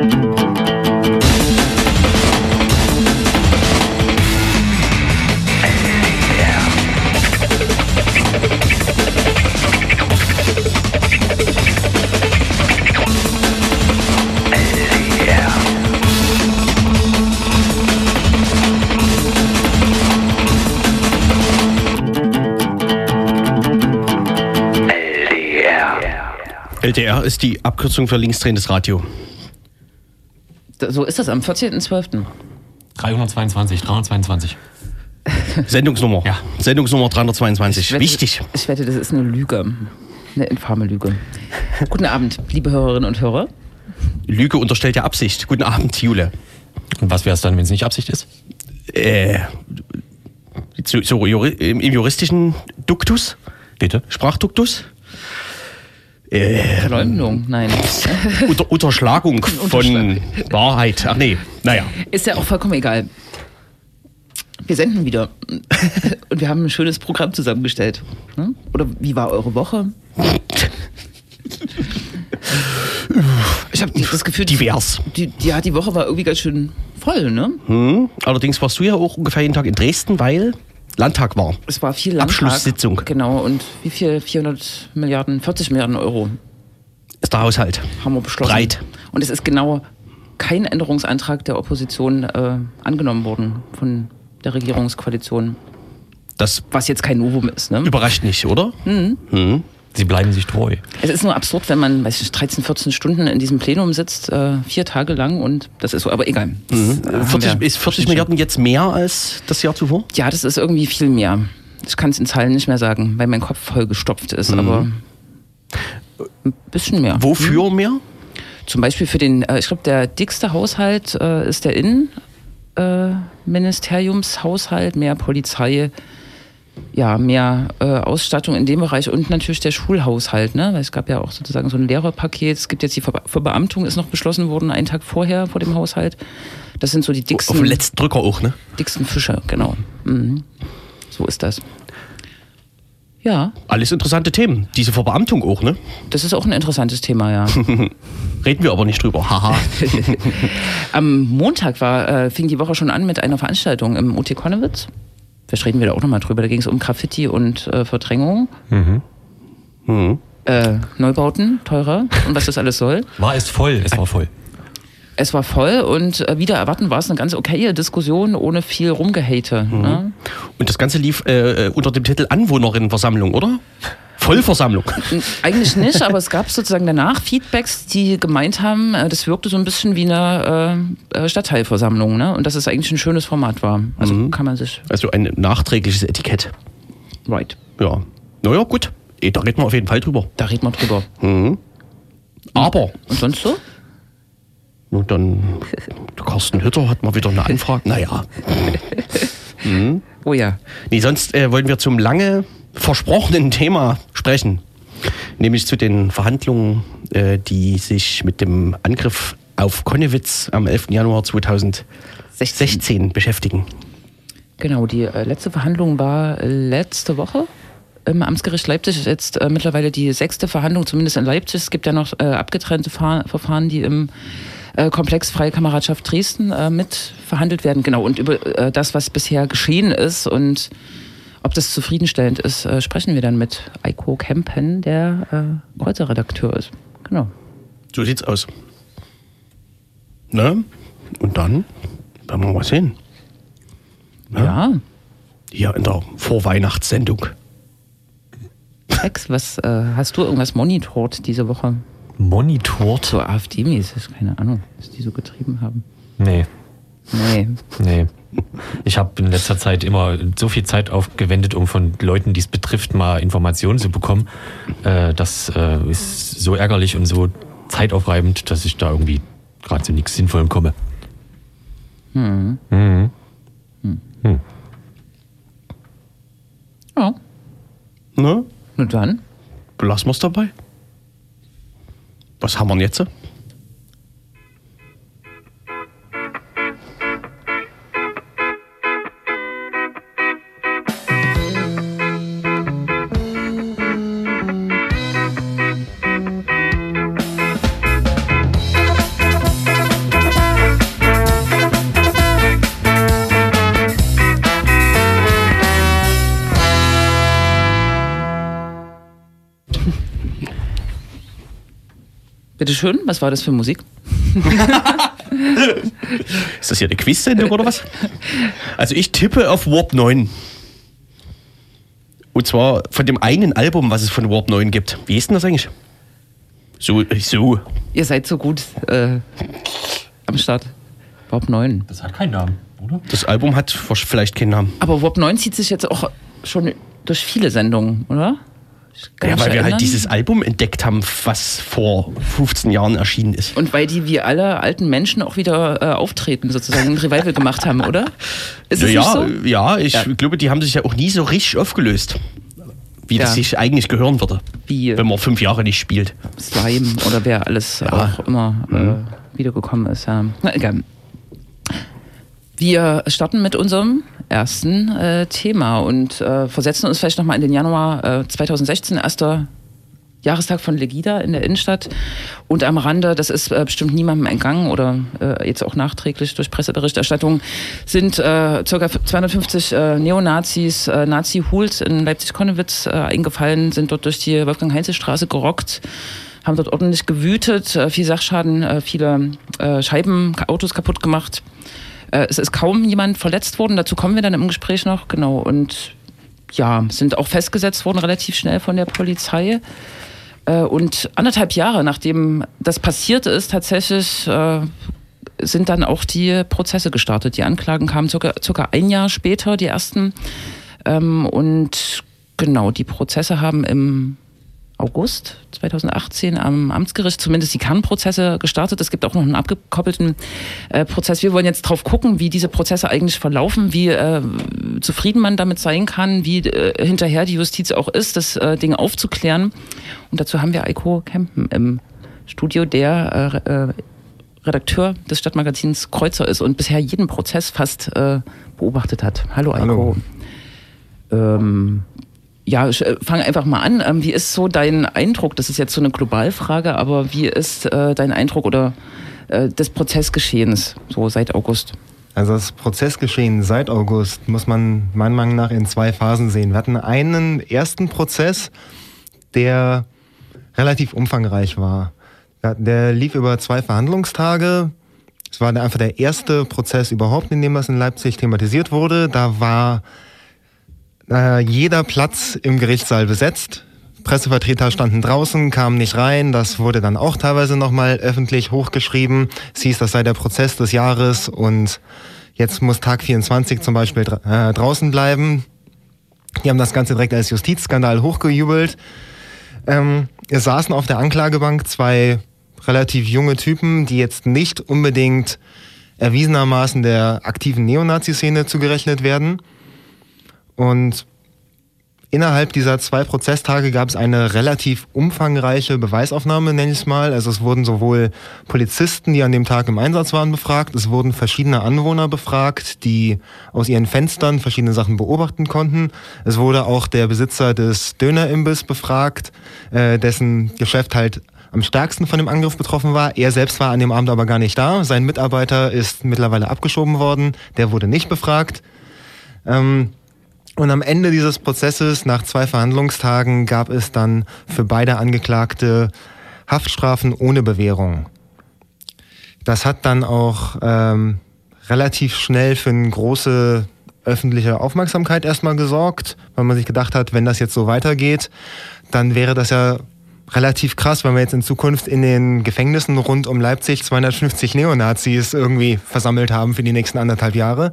LDR ist die Abkürzung für linksdrehendes Radio. So ist das am 14.12. 322. Sendungsnummer. Ja. Sendungsnummer 322. Wichtig. Ich wette, das ist eine Lüge. Eine infame Lüge. Guten Abend, liebe Hörerinnen und Hörer. Lüge unterstellt ja Absicht. Guten Abend, Jule. Und was wäre es dann, wenn es nicht Absicht ist? Im juristischen Duktus? Bitte? Sprachduktus? Verleumdung, nein. Unterschlagung von Wahrheit. Ach nee, naja. Ist ja auch vollkommen egal. Wir senden wieder. Und wir haben ein schönes Programm zusammengestellt. Oder wie war eure Woche? Ich habe das Gefühl, divers. Die Woche war irgendwie ganz schön voll, ne? Allerdings warst du ja auch ungefähr jeden Tag in Dresden, weil Landtag war. Es war viel Landtag. Abschlusssitzung. Genau, und wie viel? 40 Milliarden Euro. Ist der Haushalt. Haben wir beschlossen. Breit. Und es ist genau kein Änderungsantrag der Opposition angenommen worden von der Regierungskoalition. Das was jetzt kein Novum ist, ne? Überrascht nicht, oder? Sie bleiben sich treu. Es ist nur absurd, wenn man, 13, 14 Stunden in diesem Plenum sitzt, 4 Tage lang und das ist so, aber egal. Ist 40 Milliarden jetzt mehr als das Jahr zuvor? Ja, das ist irgendwie viel mehr. Ich kann es in Zahlen nicht mehr sagen, weil mein Kopf voll gestopft ist, aber ein bisschen mehr. Wofür mehr? Zum Beispiel für den, ich glaube, der dickste Haushalt ist der Innenministeriumshaushalt, mehr Polizei, ja, mehr Ausstattung in dem Bereich und natürlich der Schulhaushalt, ne? Weil es gab ja auch sozusagen so ein Lehrerpaket. Es gibt jetzt die Verbeamtung, ist noch beschlossen worden, einen Tag vorher, vor dem Haushalt. Das sind so die dicksten. Auf dem letzten Drücker auch, ne? Dicksten Fische, genau. So ist das. Ja. Alles interessante Themen. Diese Verbeamtung auch, ne? Das ist auch ein interessantes Thema, ja. Reden wir aber nicht drüber. Haha. Am Montag fing die Woche schon an mit einer Veranstaltung im UT Konnewitz. Vielleicht reden wir da auch nochmal drüber. Da ging es um Graffiti und Verdrängung. Neubauten, teurer und was das alles soll. War es voll? Es war voll. Es war voll und wieder erwarten war es eine ganz okaye Diskussion ohne viel Rumgehate. Ne? Und das Ganze lief unter dem Titel Anwohnerinnenversammlung, oder? Vollversammlung. Eigentlich nicht, aber es gab sozusagen danach Feedbacks, die gemeint haben, das wirkte so ein bisschen wie eine Stadtteilversammlung, ne? Und dass es eigentlich ein schönes Format war. Also kann man sich... Also ein nachträgliches Etikett. Right. Ja. Naja, gut. Da reden wir auf jeden Fall drüber. Da reden wir drüber. Aber... Und sonst so? Und dann, der Carsten Hütter hat mal wieder eine Anfrage. Naja. Oh ja. Nee, sonst wollen wir zum lange versprochenen Thema sprechen. Nämlich zu den Verhandlungen, die sich mit dem Angriff auf Konnewitz am 11. Januar 2016 beschäftigen. Genau, die letzte Verhandlung war letzte Woche im Amtsgericht Leipzig. Jetzt mittlerweile die 6. Verhandlung, zumindest in Leipzig. Es gibt ja noch abgetrennte Verfahren, die im Komplex Freie Kameradschaft Dresden mit verhandelt werden. Genau, und über das, was bisher geschehen ist und ob das zufriedenstellend ist, sprechen wir dann mit Eiko Kempen, der Kreuzer-Redakteur ist. Genau. So sieht's aus. Ne? Und dann werden wir mal sehen. Ne? Ja. Hier in der Vorweihnachtssendung. Ex, was hast du irgendwas monitort diese Woche? Monitort? So AfD-mäßig, keine Ahnung, was die so getrieben haben. Nee. Nee. Ich habe in letzter Zeit immer so viel Zeit aufgewendet, um von Leuten, die es betrifft, mal Informationen zu bekommen. Das ist so ärgerlich und so zeitaufreibend, dass ich da irgendwie gerade zu nichts Sinnvollem komme. Ja. Ne? Und dann? Belassen wir es dabei. Was haben wir denn jetzt? Bitteschön, was war das für Musik? Ist das hier eine Quiz-Sendung oder was? Also ich tippe auf Warp 9. Und zwar von dem einen Album, was es von Warp 9 gibt. Wie ist denn das eigentlich? So. Ihr seid so gut am Start. Warp 9. Das hat keinen Namen, oder? Das Album hat vielleicht keinen Namen. Aber Warp 9 zieht sich jetzt auch schon durch viele Sendungen, oder? Ja, weil wir halt dieses Album entdeckt haben, was vor 15 Jahren erschienen ist. Und weil die wie alle alten Menschen auch wieder auftreten, sozusagen ein Revival gemacht haben, oder? Ist es nicht so? Ja, ich glaube, die haben sich ja auch nie so richtig aufgelöst, wie das sich eigentlich gehören würde, wenn man 5 Jahre nicht spielt. Slime oder wer alles auch immer wiedergekommen ist. Ja. Na egal. Wir starten mit unserem ersten Thema und versetzen uns vielleicht nochmal in den Januar 2016, erster Jahrestag von Legida in der Innenstadt. Und am Rande, das ist bestimmt niemandem entgangen oder jetzt auch nachträglich durch Presseberichterstattung, sind ca. 250 Neonazis, Nazi-Hools in Leipzig-Konnewitz eingefallen, sind dort durch die Wolfgang-Heinze-Straße gerockt, haben dort ordentlich gewütet, viel Sachschaden, viele Scheiben, Autos kaputt gemacht. Es ist kaum jemand verletzt worden, dazu kommen wir dann im Gespräch noch, genau. Und ja, sind auch festgesetzt worden, relativ schnell von der Polizei. Und 1,5 Jahre, nachdem das passiert ist, tatsächlich sind dann auch die Prozesse gestartet. Die Anklagen kamen circa 1 Jahr später, die ersten. Und genau, die Prozesse haben im August 2018 am Amtsgericht zumindest die Kernprozesse gestartet. Es gibt auch noch einen abgekoppelten Prozess. Wir wollen jetzt drauf gucken, wie diese Prozesse eigentlich verlaufen, wie zufrieden man damit sein kann, wie hinterher die Justiz auch ist, das Ding aufzuklären. Und dazu haben wir Eiko Kempen im Studio, der Redakteur des Stadtmagazins Kreuzer ist und bisher jeden Prozess fast beobachtet hat. Hallo Eiko. Hallo. Ja, fang einfach mal an. Wie ist so dein Eindruck? Das ist jetzt so eine Globalfrage, aber wie ist dein Eindruck oder des Prozessgeschehens so seit August? Also das Prozessgeschehen seit August muss man meiner Meinung nach in 2 Phasen sehen. Wir hatten einen ersten Prozess, der relativ umfangreich war. Der lief über 2 Verhandlungstage. Es war einfach der erste Prozess überhaupt, in dem das in Leipzig thematisiert wurde. Da war jeder Platz im Gerichtssaal besetzt. Pressevertreter standen draußen, kamen nicht rein. Das wurde dann auch teilweise nochmal öffentlich hochgeschrieben. Es hieß, das sei der Prozess des Jahres und jetzt muss Tag 24 zum Beispiel draußen bleiben. Die haben das Ganze direkt als Justizskandal hochgejubelt. Es saßen auf der Anklagebank 2 relativ junge Typen, die jetzt nicht unbedingt erwiesenermaßen der aktiven Neonazi-Szene zugerechnet werden. Und innerhalb dieser 2 Prozesstage gab es eine relativ umfangreiche Beweisaufnahme, nenne ich es mal. Also es wurden sowohl Polizisten, die an dem Tag im Einsatz waren, befragt. Es wurden verschiedene Anwohner befragt, die aus ihren Fenstern verschiedene Sachen beobachten konnten. Es wurde auch der Besitzer des Dönerimbiss befragt, dessen Geschäft halt am stärksten von dem Angriff betroffen war. Er selbst war an dem Abend aber gar nicht da. Sein Mitarbeiter ist mittlerweile abgeschoben worden. Der wurde nicht befragt. Und am Ende dieses Prozesses, nach 2 Verhandlungstagen, gab es dann für beide Angeklagte Haftstrafen ohne Bewährung. Das hat dann auch relativ schnell für eine große öffentliche Aufmerksamkeit erstmal gesorgt, weil man sich gedacht hat, wenn das jetzt so weitergeht, dann wäre das ja relativ krass, wenn wir jetzt in Zukunft in den Gefängnissen rund um Leipzig 250 Neonazis irgendwie versammelt haben für die nächsten 1,5 Jahre.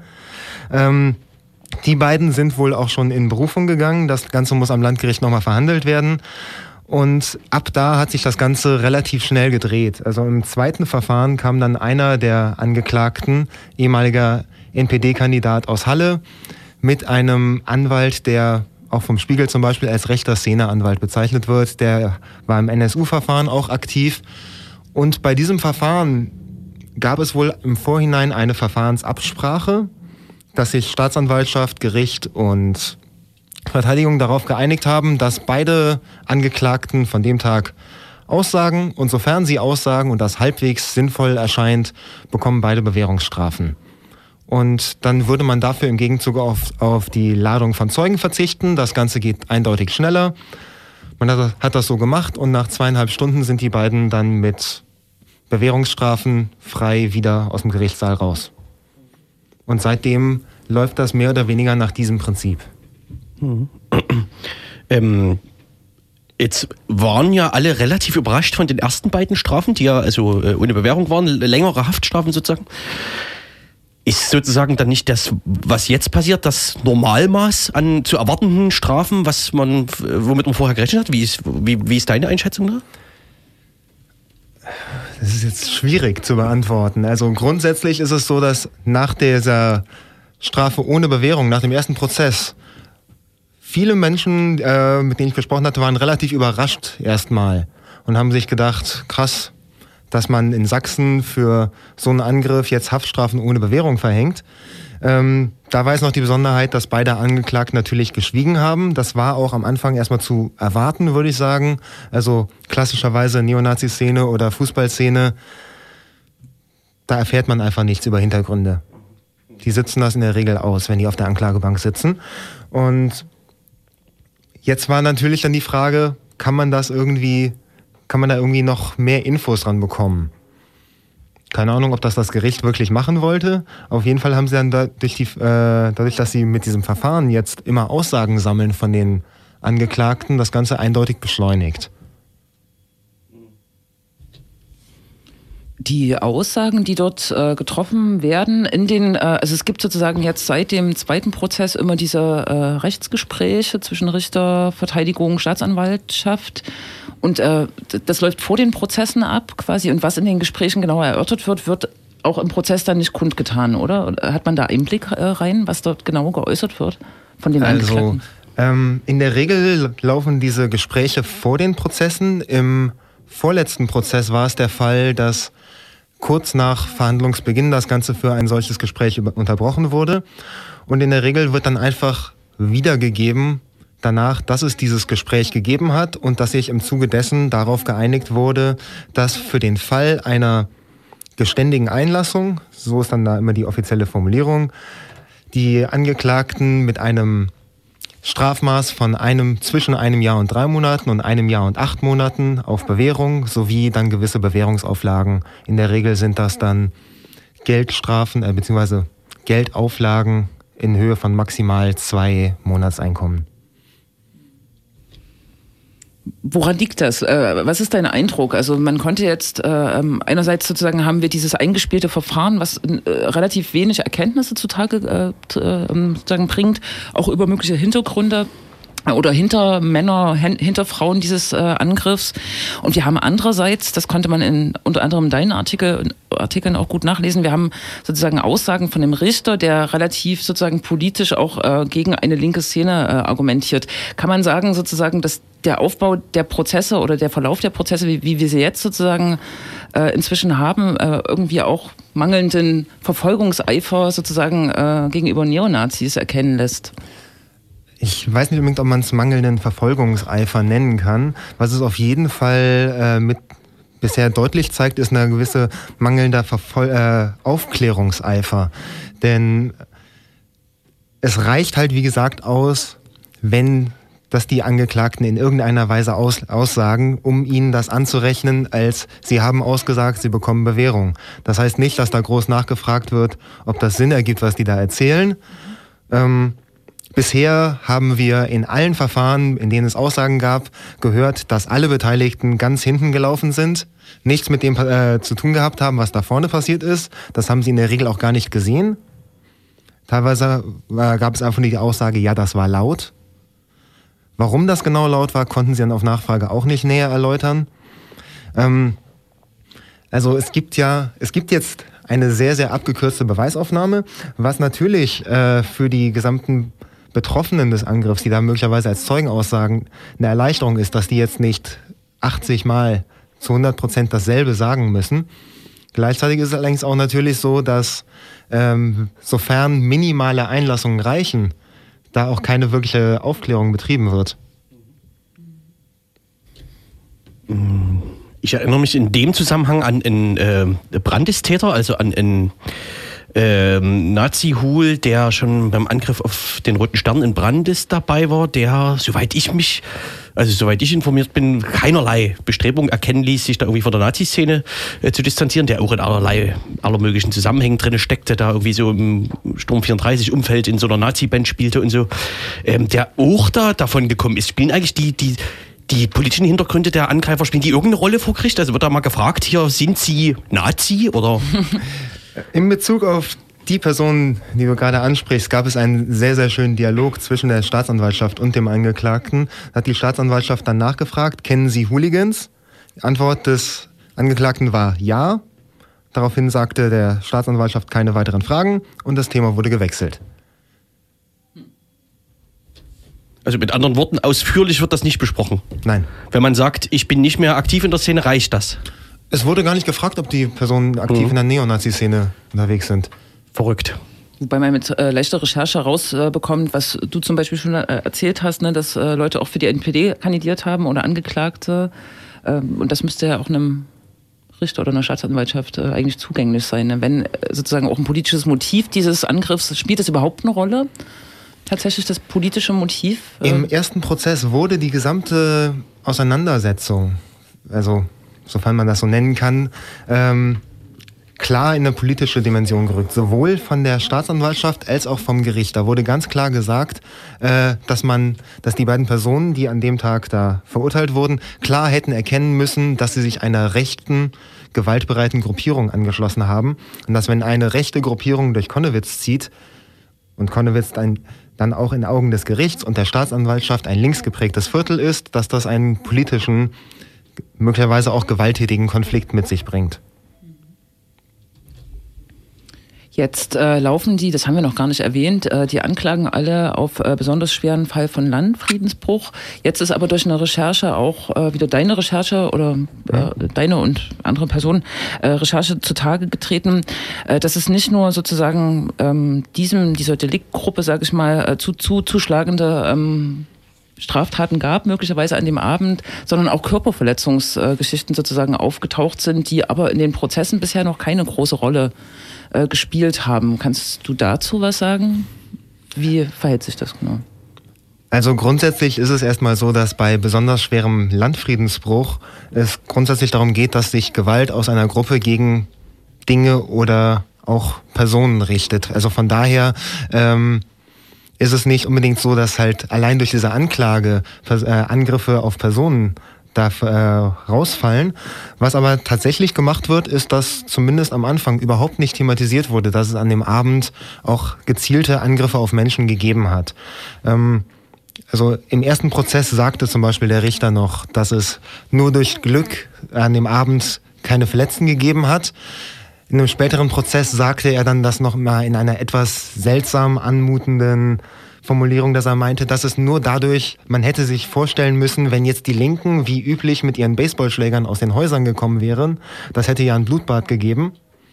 Die beiden sind wohl auch schon in Berufung gegangen. Das Ganze muss am Landgericht nochmal verhandelt werden. Und ab da hat sich das Ganze relativ schnell gedreht. Also im zweiten Verfahren kam dann einer der Angeklagten, ehemaliger NPD-Kandidat aus Halle, mit einem Anwalt, der auch vom Spiegel zum Beispiel als rechter Szeneanwalt bezeichnet wird. Der war im NSU-Verfahren auch aktiv. Und bei diesem Verfahren gab es wohl im Vorhinein eine Verfahrensabsprache, dass sich Staatsanwaltschaft, Gericht und Verteidigung darauf geeinigt haben, dass beide Angeklagten von dem Tag aussagen und sofern sie aussagen und das halbwegs sinnvoll erscheint, bekommen beide Bewährungsstrafen. Und dann würde man dafür im Gegenzug auf die Ladung von Zeugen verzichten. Das Ganze geht eindeutig schneller. Man hat das so gemacht und nach 2,5 Stunden sind die beiden dann mit Bewährungsstrafen frei wieder aus dem Gerichtssaal raus. Und seitdem läuft das mehr oder weniger nach diesem Prinzip. Jetzt waren ja alle relativ überrascht von den ersten beiden Strafen, die ja also ohne Bewährung waren, längere Haftstrafen sozusagen. Ist sozusagen dann nicht das, was jetzt passiert, das Normalmaß an zu erwartenden Strafen, womit man vorher gerechnet hat? Wie ist deine Einschätzung da? Das ist jetzt schwierig zu beantworten. Also grundsätzlich ist es so, dass nach dieser Strafe ohne Bewährung, nach dem ersten Prozess, viele Menschen, mit denen ich gesprochen hatte, waren relativ überrascht erstmal und haben sich gedacht, krass, dass man in Sachsen für so einen Angriff jetzt Haftstrafen ohne Bewährung verhängt. Da war es noch die Besonderheit, dass beide Angeklagten natürlich geschwiegen haben. Das war auch am Anfang erstmal zu erwarten, würde ich sagen. Also klassischerweise Neonazi-Szene oder Fußballszene, da erfährt man einfach nichts über Hintergründe. Die sitzen das in der Regel aus, wenn die auf der Anklagebank sitzen. Und jetzt war natürlich dann die Frage, kann man da irgendwie noch mehr Infos dran bekommen? Keine Ahnung, ob das Gericht wirklich machen wollte. Auf jeden Fall haben sie dann dadurch, dass sie mit diesem Verfahren jetzt immer Aussagen sammeln von den Angeklagten, das Ganze eindeutig beschleunigt. Die Aussagen, die dort getroffen werden, also es gibt sozusagen jetzt seit dem zweiten Prozess immer diese Rechtsgespräche zwischen Richter, Verteidigung, Staatsanwaltschaft. Und das läuft vor den Prozessen ab quasi. Und was in den Gesprächen genau erörtert wird auch im Prozess dann nicht kundgetan, oder? Hat man da Einblick rein, was dort genau geäußert wird von den Angeklagten? In der Regel laufen diese Gespräche vor den Prozessen. Im vorletzten Prozess war es der Fall, dass kurz nach Verhandlungsbeginn das Ganze für ein solches Gespräch unterbrochen wurde. Und in der Regel wird dann einfach wiedergegeben danach, dass es dieses Gespräch gegeben hat und dass sich im Zuge dessen darauf geeinigt wurde, dass für den Fall einer geständigen Einlassung, so ist dann da immer die offizielle Formulierung, die Angeklagten mit einem Strafmaß von zwischen 1 Jahr und 3 Monaten und 1 Jahr und 8 Monaten auf Bewährung sowie dann gewisse Bewährungsauflagen. In der Regel sind das dann Geldstrafen bzw. Geldauflagen in Höhe von maximal 2 Monatseinkommen. Woran liegt das? Was ist dein Eindruck? Also man konnte jetzt einerseits sozusagen haben wir dieses eingespielte Verfahren, was relativ wenig Erkenntnisse zutage sozusagen bringt, auch über mögliche Hintergründe oder Hintermänner, Hinterfrauen dieses Angriffs. Und wir haben andererseits, das konnte man unter anderem in deinen Artikeln auch gut nachlesen, wir haben sozusagen Aussagen von dem Richter, der relativ sozusagen politisch auch gegen eine linke Szene argumentiert. Kann man sagen sozusagen, dass der Aufbau der Prozesse oder der Verlauf der Prozesse, wie wir sie jetzt sozusagen inzwischen haben, irgendwie auch mangelnden Verfolgungseifer sozusagen gegenüber Neonazis erkennen lässt? Ich weiß nicht unbedingt, ob man es mangelnden Verfolgungseifer nennen kann. Was es auf jeden Fall bisher deutlich zeigt, ist eine gewisse mangelnder Aufklärungseifer. Denn es reicht halt, wie gesagt, aus, dass die Angeklagten in irgendeiner Weise aussagen, um ihnen das anzurechnen, als sie haben ausgesagt, sie bekommen Bewährung. Das heißt nicht, dass da groß nachgefragt wird, ob das Sinn ergibt, was die da erzählen. Bisher haben wir in allen Verfahren, in denen es Aussagen gab, gehört, dass alle Beteiligten ganz hinten gelaufen sind, nichts mit dem zu tun gehabt haben, was da vorne passiert ist. Das haben sie in der Regel auch gar nicht gesehen. Teilweise gab es einfach nur die Aussage, ja, das war laut. Warum das genau laut war, konnten sie dann auf Nachfrage auch nicht näher erläutern. Also es gibt jetzt eine sehr, sehr abgekürzte Beweisaufnahme, was natürlich für die gesamten Betroffenen des Angriffs, die da möglicherweise als Zeugen aussagen, eine Erleichterung ist, dass die jetzt nicht 80 Mal zu 100% dasselbe sagen müssen. Gleichzeitig ist es allerdings auch natürlich so, dass sofern minimale Einlassungen reichen, da auch keine wirkliche Aufklärung betrieben wird. Ich erinnere mich in dem Zusammenhang an einen Brandestäter, also an einen Nazi-Hul, der schon beim Angriff auf den Roten Stern in Brandis dabei war, der, soweit ich informiert bin, keinerlei Bestrebung erkennen ließ, sich da irgendwie von der Nazi-Szene zu distanzieren, der auch in aller möglichen Zusammenhängen drin steckte, da irgendwie so im Sturm 34-Umfeld in so einer Nazi-Band spielte und so, der auch davon gekommen ist. Spielen eigentlich die politischen Hintergründe der Angreifer, spielen die irgendeine Rolle vor Gericht? Also wird da mal gefragt, hier, sind sie Nazi oder... In Bezug auf die Person, die du gerade ansprichst, gab es einen sehr, sehr schönen Dialog zwischen der Staatsanwaltschaft und dem Angeklagten. Da hat die Staatsanwaltschaft dann nachgefragt, kennen Sie Hooligans? Die Antwort des Angeklagten war ja. Daraufhin sagte der Staatsanwaltschaft keine weiteren Fragen und das Thema wurde gewechselt. Also mit anderen Worten, ausführlich wird das nicht besprochen. Nein. Wenn man sagt, ich bin nicht mehr aktiv in der Szene, reicht das? Es wurde gar nicht gefragt, ob die Personen aktiv in der Neonazi-Szene unterwegs sind. Verrückt. Wobei man mit leichter Recherche rausbekommt, was du zum Beispiel schon erzählt hast, ne, dass Leute auch für die NPD kandidiert haben oder Angeklagte. Und das müsste ja auch einem Richter oder einer Staatsanwaltschaft eigentlich zugänglich sein. Ne? Wenn sozusagen auch ein politisches Motiv dieses Angriffs, spielt das überhaupt eine Rolle? Tatsächlich das politische Motiv? Im ersten Prozess wurde die gesamte Auseinandersetzung, also sofern man das so nennen kann, klar in eine politische Dimension gerückt. Sowohl von der Staatsanwaltschaft als auch vom Gericht. Da wurde ganz klar gesagt, dass die beiden Personen, die an dem Tag da verurteilt wurden, klar hätten erkennen müssen, dass sie sich einer rechten, gewaltbereiten Gruppierung angeschlossen haben. Und dass wenn eine rechte Gruppierung durch Connewitz zieht und Connewitz dann auch in Augen des Gerichts und der Staatsanwaltschaft ein linksgeprägtes Viertel ist, dass das einen politischen, möglicherweise auch gewalttätigen Konflikt mit sich bringt. Jetzt laufen die, das haben wir noch gar nicht erwähnt, die Anklagen alle auf besonders schweren Fall von Landfriedensbruch. Jetzt ist aber durch eine Recherche auch wieder deine Recherche oder deine und andere Personen Recherche zutage getreten, dass es nicht nur sozusagen dieser Deliktgruppe, sage ich mal, zuschlagende Straftaten gab, möglicherweise an dem Abend, sondern auch Körperverletzungsgeschichten sozusagen aufgetaucht sind, die aber in den Prozessen bisher noch keine große Rolle gespielt haben. Kannst du dazu was sagen? Wie verhält sich das genau? Also grundsätzlich ist es erstmal so, dass bei besonders schwerem Landfriedensbruch es grundsätzlich darum geht, dass sich Gewalt aus einer Gruppe gegen Dinge oder auch Personen richtet. Also von daher ist es nicht unbedingt so, dass halt allein durch diese Anklage Angriffe auf Personen rausfallen. Was aber tatsächlich gemacht wird, ist, dass zumindest am Anfang überhaupt nicht thematisiert wurde, dass es an dem Abend auch gezielte Angriffe auf Menschen gegeben hat. Also im ersten Prozess sagte zum Beispiel der Richter noch, dass es nur durch Glück an dem Abend keine Verletzten gegeben hat. In einem späteren Prozess sagte er dann das noch mal in einer etwas seltsam anmutenden Formulierung, dass er meinte, dass es nur dadurch, man hätte sich vorstellen müssen, wenn jetzt die Linken wie üblich mit ihren Baseballschlägern aus den Häusern gekommen wären, das hätte ja ein Blutbad gegeben.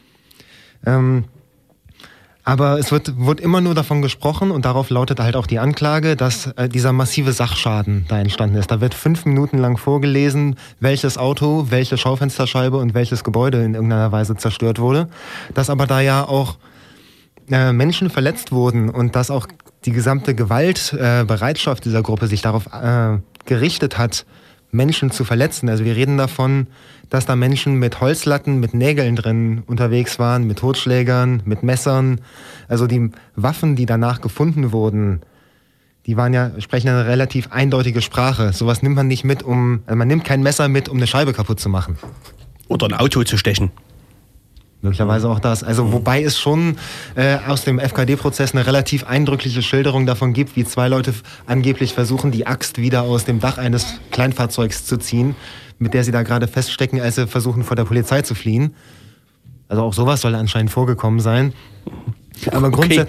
Aber es wird immer nur davon gesprochen und darauf lautet halt auch die Anklage, dass dieser massive Sachschaden da entstanden ist. Da wird 5 Minuten lang vorgelesen, welches Auto, welche Schaufensterscheibe und welches Gebäude in irgendeiner Weise zerstört wurde. Dass aber da ja auch Menschen verletzt wurden und dass auch die gesamte Gewaltbereitschaft dieser Gruppe sich darauf gerichtet hat, Menschen zu verletzen. Also wir reden davon, dass da Menschen mit Holzlatten, mit Nägeln drin unterwegs waren, mit Totschlägern, mit Messern. Also die Waffen, die danach gefunden wurden, die sprechen eine relativ eindeutige Sprache. Sowas nimmt man nicht mit, man nimmt kein Messer mit, um eine Scheibe kaputt zu machen. Oder ein Auto zu stechen. Möglicherweise auch das. Also wobei es schon aus dem FKD-Prozess eine relativ eindrückliche Schilderung davon gibt, wie 2 Leute angeblich versuchen, die Axt wieder aus dem Dach eines Kleinfahrzeugs zu ziehen, mit der sie da gerade feststecken, als sie versuchen, vor der Polizei zu fliehen. Also auch sowas soll anscheinend vorgekommen sein. Aber,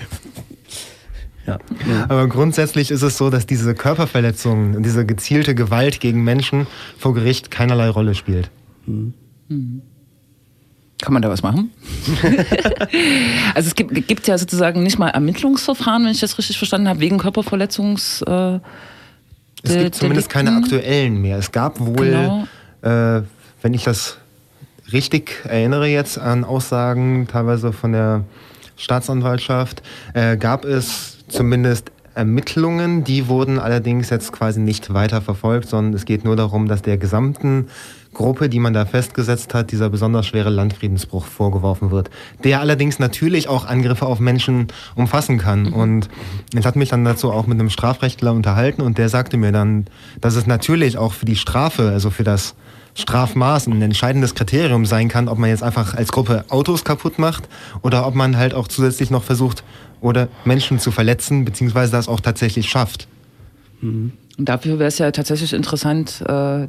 aber grundsätzlich ist es so, dass diese Körperverletzungen und diese gezielte Gewalt gegen Menschen vor Gericht keinerlei Rolle spielt. Kann man da was machen? Also es gibt ja sozusagen nicht mal Ermittlungsverfahren, wenn ich das richtig verstanden habe, wegen Körperverletzungs... Es gibt zumindest keine aktuellen mehr. Es gab wohl, wenn ich das richtig erinnere jetzt, an Aussagen teilweise von der Staatsanwaltschaft gab es zumindest Ermittlungen, die wurden allerdings jetzt quasi nicht weiter verfolgt, sondern es geht nur darum, dass der gesamten Gruppe, die man da festgesetzt hat, dieser besonders schwere Landfriedensbruch vorgeworfen wird, der allerdings natürlich auch Angriffe auf Menschen umfassen kann. Und ich hatte mich dann dazu auch mit einem Strafrechtler unterhalten und der sagte mir dann, dass es natürlich auch für die Strafe, also für das Strafmaß ein entscheidendes Kriterium sein kann, ob man jetzt einfach als Gruppe Autos kaputt macht oder ob man halt auch zusätzlich noch versucht, oder Menschen zu verletzen, beziehungsweise das auch tatsächlich schafft. Und dafür wäre es ja tatsächlich interessant, wie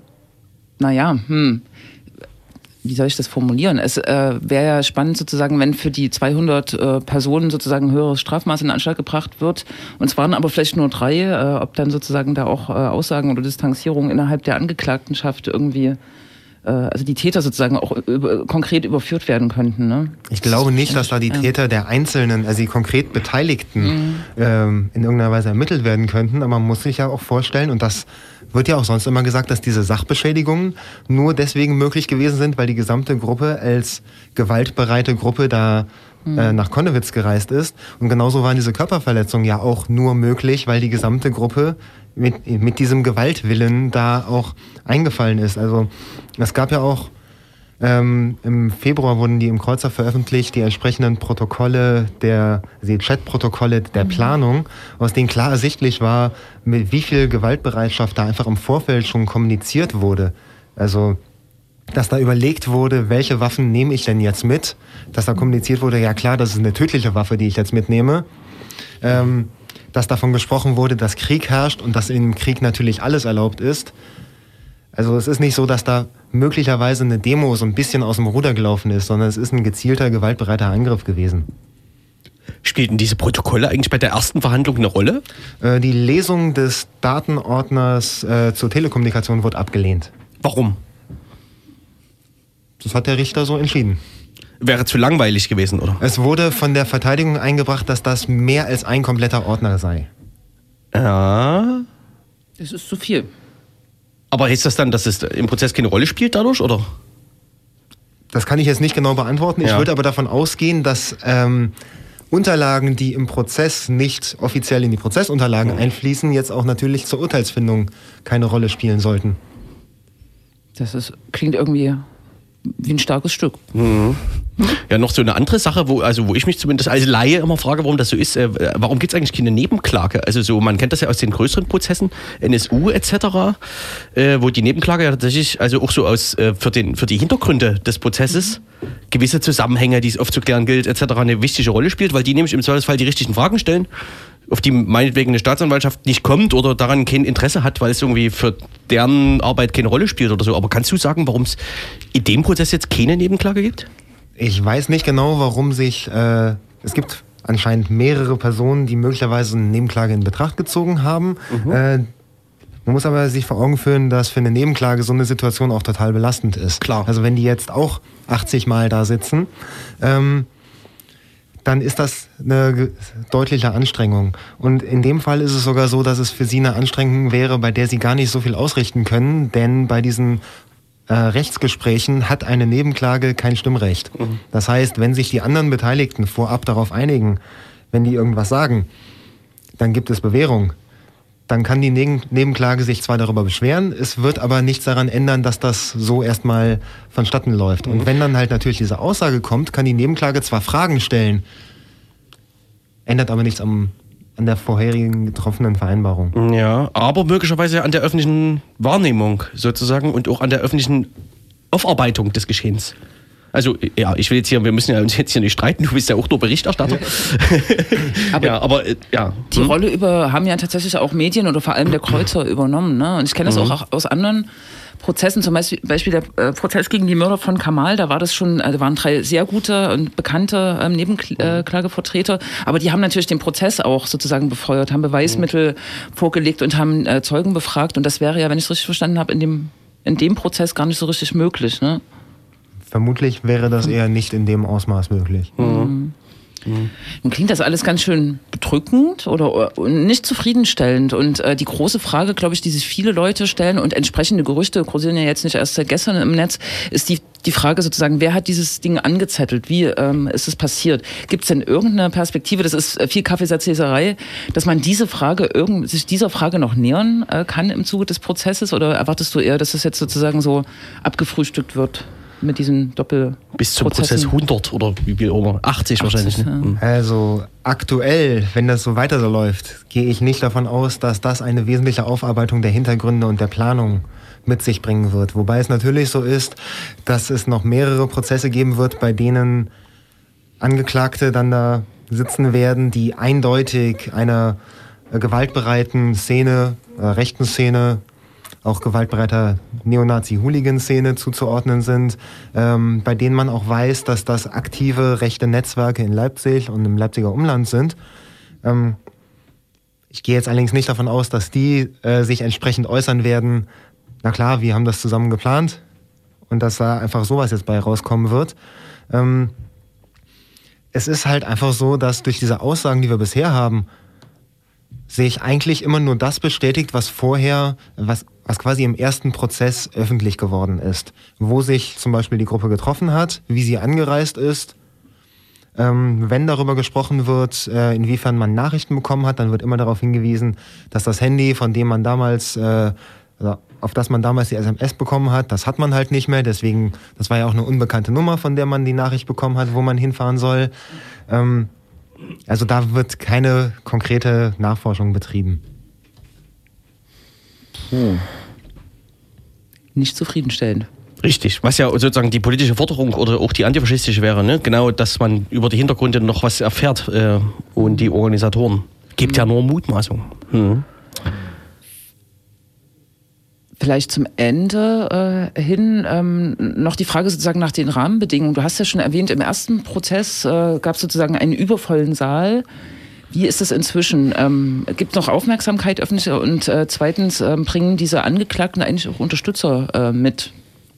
soll ich das formulieren? Es wäre ja spannend sozusagen, wenn für die 200 Personen sozusagen ein höheres Strafmaß in Anstalt gebracht wird. Und es waren aber vielleicht nur 3, ob dann sozusagen da auch Aussagen oder Distanzierungen innerhalb der Angeklagtenschaft irgendwie, also die Täter sozusagen auch konkret überführt werden könnten. Ne? Ich glaube nicht, dass da die Täter der Einzelnen, also die konkret Beteiligten, in irgendeiner Weise ermittelt werden könnten. Aber man muss sich ja auch vorstellen, und das wird ja auch sonst immer gesagt, dass diese Sachbeschädigungen nur deswegen möglich gewesen sind, weil die gesamte Gruppe als gewaltbereite Gruppe da nach Connewitz gereist ist. Und genauso waren diese Körperverletzungen ja auch nur möglich, weil die gesamte Gruppe mit diesem Gewaltwillen da auch eingefallen ist. Also es gab ja auch im Februar wurden die im Kreuzer veröffentlicht, die entsprechenden Protokolle, die Chatprotokolle der Planung, aus denen klar ersichtlich war, mit wie viel Gewaltbereitschaft da einfach im Vorfeld schon kommuniziert wurde. Also dass da überlegt wurde, welche Waffen nehme ich denn jetzt mit, dass da kommuniziert wurde, ja klar, das ist eine tödliche Waffe, die ich jetzt mitnehme, dass davon gesprochen wurde, dass Krieg herrscht und dass im Krieg natürlich alles erlaubt ist. Also es ist nicht so, dass da möglicherweise eine Demo so ein bisschen aus dem Ruder gelaufen ist, sondern es ist ein gezielter, gewaltbereiter Angriff gewesen. Spielten diese Protokolle eigentlich bei der ersten Verhandlung eine Rolle? Die Lesung des Datenordners zur Telekommunikation wurde abgelehnt. Warum? Das hat der Richter so entschieden. Wäre zu langweilig gewesen, oder? Es wurde von der Verteidigung eingebracht, dass das mehr als ein kompletter Ordner sei. Ja. Das ist zu viel. Aber heißt das dann, dass es im Prozess keine Rolle spielt dadurch, oder? Das kann ich jetzt nicht genau beantworten. Ich würde aber davon ausgehen, dass Unterlagen, die im Prozess nicht offiziell in die Prozessunterlagen einfließen, jetzt auch natürlich zur Urteilsfindung keine Rolle spielen sollten. Klingt irgendwie wie ein starkes Stück. Mhm. Ja, noch so eine andere Sache, wo ich mich zumindest als Laie immer frage, warum das so ist. Warum gibt es eigentlich keine Nebenklage? Also so, man kennt das ja aus den größeren Prozessen, NSU etc., wo die Nebenklage ja tatsächlich, also auch so für die Hintergründe des Prozesses, gewisse Zusammenhänge, die es aufzuklären gilt etc., eine wichtige Rolle spielt, weil die nämlich im Zweifelsfall die richtigen Fragen stellen, auf die meinetwegen eine Staatsanwaltschaft nicht kommt oder daran kein Interesse hat, weil es irgendwie für deren Arbeit keine Rolle spielt oder so. Aber kannst du sagen, warum es in dem Prozess jetzt keine Nebenklage gibt? Ich weiß nicht genau, warum es gibt anscheinend mehrere Personen, die möglicherweise eine Nebenklage in Betracht gezogen haben. Man muss aber sich vor Augen führen, dass für eine Nebenklage so eine Situation auch total belastend ist. Klar. Also wenn die jetzt auch 80 Mal da sitzen, dann ist das eine deutliche Anstrengung. Und in dem Fall ist es sogar so, dass es für sie eine Anstrengung wäre, bei der sie gar nicht so viel ausrichten können, denn bei diesen Rechtsgesprächen hat eine Nebenklage kein Stimmrecht. Das heißt, wenn sich die anderen Beteiligten vorab darauf einigen, wenn die irgendwas sagen, dann gibt es Bewährung. Dann kann die Nebenklage sich zwar darüber beschweren, es wird aber nichts daran ändern, dass das so erstmal vonstatten läuft. Und wenn dann halt natürlich diese Aussage kommt, kann die Nebenklage zwar Fragen stellen, ändert aber nichts an der vorherigen getroffenen Vereinbarung. Ja, aber möglicherweise an der öffentlichen Wahrnehmung sozusagen und auch an der öffentlichen Aufarbeitung des Geschehens. Also, ja, wir müssen ja uns jetzt hier nicht streiten, du bist ja auch nur Berichterstatter. Ja. Die Rolle haben ja tatsächlich auch Medien oder vor allem der Kreuzer übernommen. Ne? Und ich kenne das auch aus anderen Prozessen, zum Beispiel der Prozess gegen die Mörder von Kamal, da waren 3 sehr gute und bekannte Nebenklagevertreter, aber die haben natürlich den Prozess auch sozusagen befeuert, haben Beweismittel vorgelegt und haben Zeugen befragt. Und das wäre ja, wenn ich es richtig verstanden habe, in dem Prozess gar nicht so richtig möglich, ne? Vermutlich wäre das eher nicht in dem Ausmaß möglich. Nun klingt das alles ganz schön bedrückend oder nicht zufriedenstellend. Und die große Frage, glaube ich, die sich viele Leute stellen und entsprechende Gerüchte kursieren ja jetzt nicht erst seit gestern im Netz, ist die Frage sozusagen, wer hat dieses Ding angezettelt? Wie ist es passiert? Gibt es denn irgendeine Perspektive, das ist viel Kaffeesatzleserei, dass man sich dieser Frage noch nähern kann im Zuge des Prozesses? Oder erwartest du eher, dass das jetzt sozusagen so abgefrühstückt wird? Mit diesen Doppelprozessen. Bis zum Prozess 100 oder wie viel immer, 80 wahrscheinlich. Ne? Ja. Also aktuell, wenn das so weiter so läuft, gehe ich nicht davon aus, dass das eine wesentliche Aufarbeitung der Hintergründe und der Planung mit sich bringen wird. Wobei es natürlich so ist, dass es noch mehrere Prozesse geben wird, bei denen Angeklagte dann da sitzen werden, die eindeutig einer gewaltbereiten Szene, rechten Szene, auch gewaltbereiter Neonazi-Hooligan-Szene zuzuordnen sind, bei denen man auch weiß, dass das aktive rechte Netzwerke in Leipzig und im Leipziger Umland sind. Ich gehe jetzt allerdings nicht davon aus, dass die sich entsprechend äußern werden, na klar, wir haben das zusammen geplant und dass da einfach sowas jetzt bei rauskommen wird. Es ist halt einfach so, dass durch diese Aussagen, die wir bisher haben, sehe ich eigentlich immer nur das bestätigt, was vorher, was quasi im ersten Prozess öffentlich geworden ist. Wo sich zum Beispiel die Gruppe getroffen hat, wie sie angereist ist. Wenn darüber gesprochen wird, inwiefern man Nachrichten bekommen hat, dann wird immer darauf hingewiesen, dass das Handy, von dem man damals, auf das man damals die SMS bekommen hat, das hat man halt nicht mehr. Deswegen, das war ja auch eine unbekannte Nummer, von der man die Nachricht bekommen hat, wo man hinfahren soll. Also da wird keine konkrete Nachforschung betrieben. Nicht zufriedenstellend. Richtig, was ja sozusagen die politische Forderung oder auch die antifaschistische wäre, ne? Genau, dass man über die Hintergründe noch was erfährt und die Organisatoren. Gibt ja nur Mutmaßung. Vielleicht zum Ende hin noch die Frage sozusagen nach den Rahmenbedingungen. Du hast ja schon erwähnt, im ersten Prozess gab es sozusagen einen übervollen Saal. Wie ist es inzwischen? Gibt es noch Aufmerksamkeit öffentlich? Und zweitens, bringen diese Angeklagten eigentlich auch Unterstützer mit?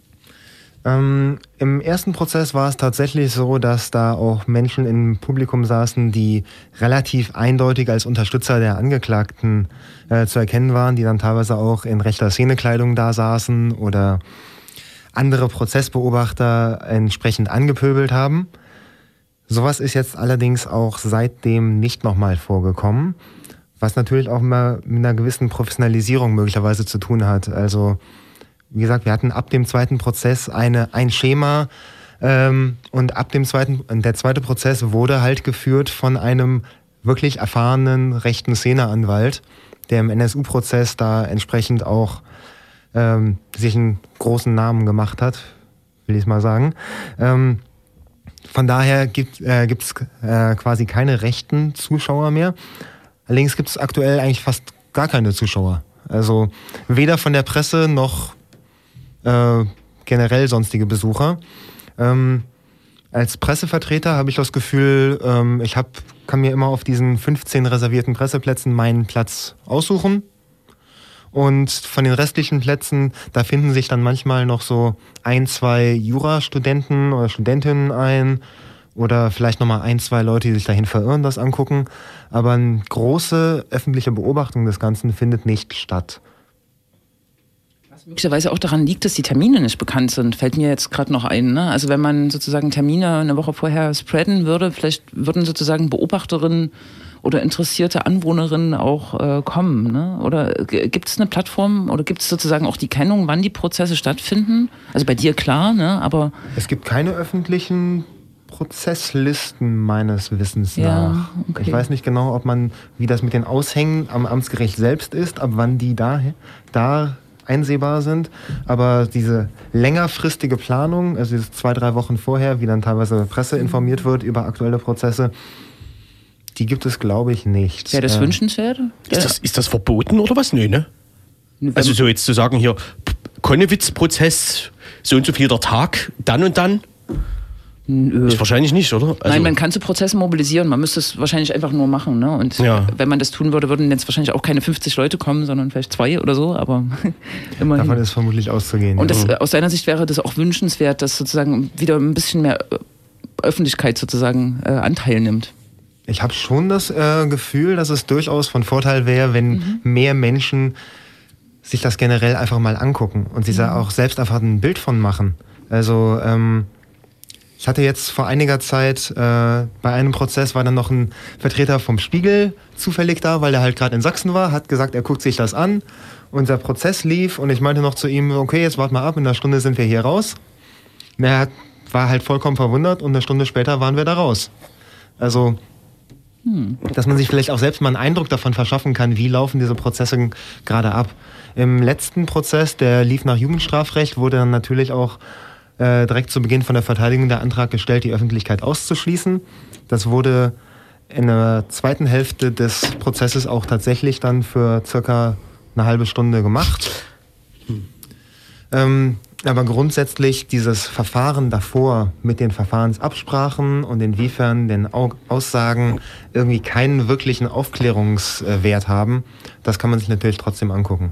Im ersten Prozess war es tatsächlich so, dass da auch Menschen im Publikum saßen, die relativ eindeutig als Unterstützer der Angeklagten zu erkennen waren, die dann teilweise auch in rechter Szenekleidung da saßen oder andere Prozessbeobachter entsprechend angepöbelt haben. Sowas ist jetzt allerdings auch seitdem nicht nochmal vorgekommen, was natürlich auch mal mit einer gewissen Professionalisierung möglicherweise zu tun hat. Also wie gesagt, wir hatten ab dem zweiten Prozess ein Schema und der zweite Prozess wurde halt geführt von einem wirklich erfahrenen rechten Szeneanwalt, der im NSU-Prozess da entsprechend auch sich einen großen Namen gemacht hat, will ich mal sagen. Von daher gibt's quasi keine rechten Zuschauer mehr. Allerdings gibt es aktuell eigentlich fast gar keine Zuschauer. Also weder von der Presse noch generell sonstige Besucher. Als Pressevertreter habe ich das Gefühl, kann mir immer auf diesen 15 reservierten Presseplätzen meinen Platz aussuchen. Und von den restlichen Plätzen, da finden sich dann manchmal noch so 1, 2 Jurastudenten oder Studentinnen ein oder vielleicht nochmal 1, 2 Leute, die sich dahin verirren, das angucken. Aber eine große öffentliche Beobachtung des Ganzen findet nicht statt. Möglicherweise auch daran liegt, dass die Termine nicht bekannt sind, fällt mir jetzt gerade noch ein. Ne? Also wenn man sozusagen Termine eine Woche vorher spreaden würde, vielleicht würden sozusagen Beobachterinnen oder interessierte Anwohnerinnen auch kommen. Ne? Oder gibt es eine Plattform oder gibt es sozusagen auch die Kennung, wann die Prozesse stattfinden? Also bei dir klar, ne? Aber es gibt keine öffentlichen Prozesslisten meines Wissens nach. Okay. Ich weiß nicht genau, wie das mit den Aushängen am Amtsgericht selbst ist, ab wann die da einsehbar sind, aber diese längerfristige Planung, also diese 2, 3 Wochen vorher, wie dann teilweise Presse informiert wird über aktuelle Prozesse, die gibt es, glaube ich, nicht. Wäre das wünschenswert? Ist das verboten oder was? Nö, ne? Also so jetzt zu sagen hier, Konnewitz-Prozess, so und so viel der Tag, dann und dann? Ist wahrscheinlich nicht, oder? Also nein, man kann zu Prozessen mobilisieren, man müsste es wahrscheinlich einfach nur machen. Ne? Und wenn man das tun würde, würden jetzt wahrscheinlich auch keine 50 Leute kommen, sondern vielleicht 2 oder so, aber immerhin. Davon ist vermutlich auszugehen. Und aus deiner Sicht wäre das auch wünschenswert, dass sozusagen wieder ein bisschen mehr Öffentlichkeit sozusagen Anteil nimmt. Ich habe schon das Gefühl, dass es durchaus von Vorteil wäre, wenn mehr Menschen sich das generell einfach mal angucken und sich da auch selbst einfach ein Bild von machen. Also ich hatte jetzt vor einiger Zeit bei einem Prozess war dann noch ein Vertreter vom Spiegel zufällig da, weil er halt gerade in Sachsen war, hat gesagt, er guckt sich das an. Unser Prozess lief und ich meinte noch zu ihm, okay, jetzt wart mal ab, in einer Stunde sind wir hier raus. Und er war halt vollkommen verwundert und eine Stunde später waren wir da raus. Also dass man sich vielleicht auch selbst mal einen Eindruck davon verschaffen kann, wie laufen diese Prozesse gerade ab. Im letzten Prozess, der lief nach Jugendstrafrecht, wurde dann natürlich auch direkt zu Beginn von der Verteidigung der Antrag gestellt, die Öffentlichkeit auszuschließen. Das wurde in der zweiten Hälfte des Prozesses auch tatsächlich dann für circa eine halbe Stunde gemacht. Aber grundsätzlich dieses Verfahren davor mit den Verfahrensabsprachen und inwiefern den Aussagen irgendwie keinen wirklichen Aufklärungswert haben, das kann man sich natürlich trotzdem angucken.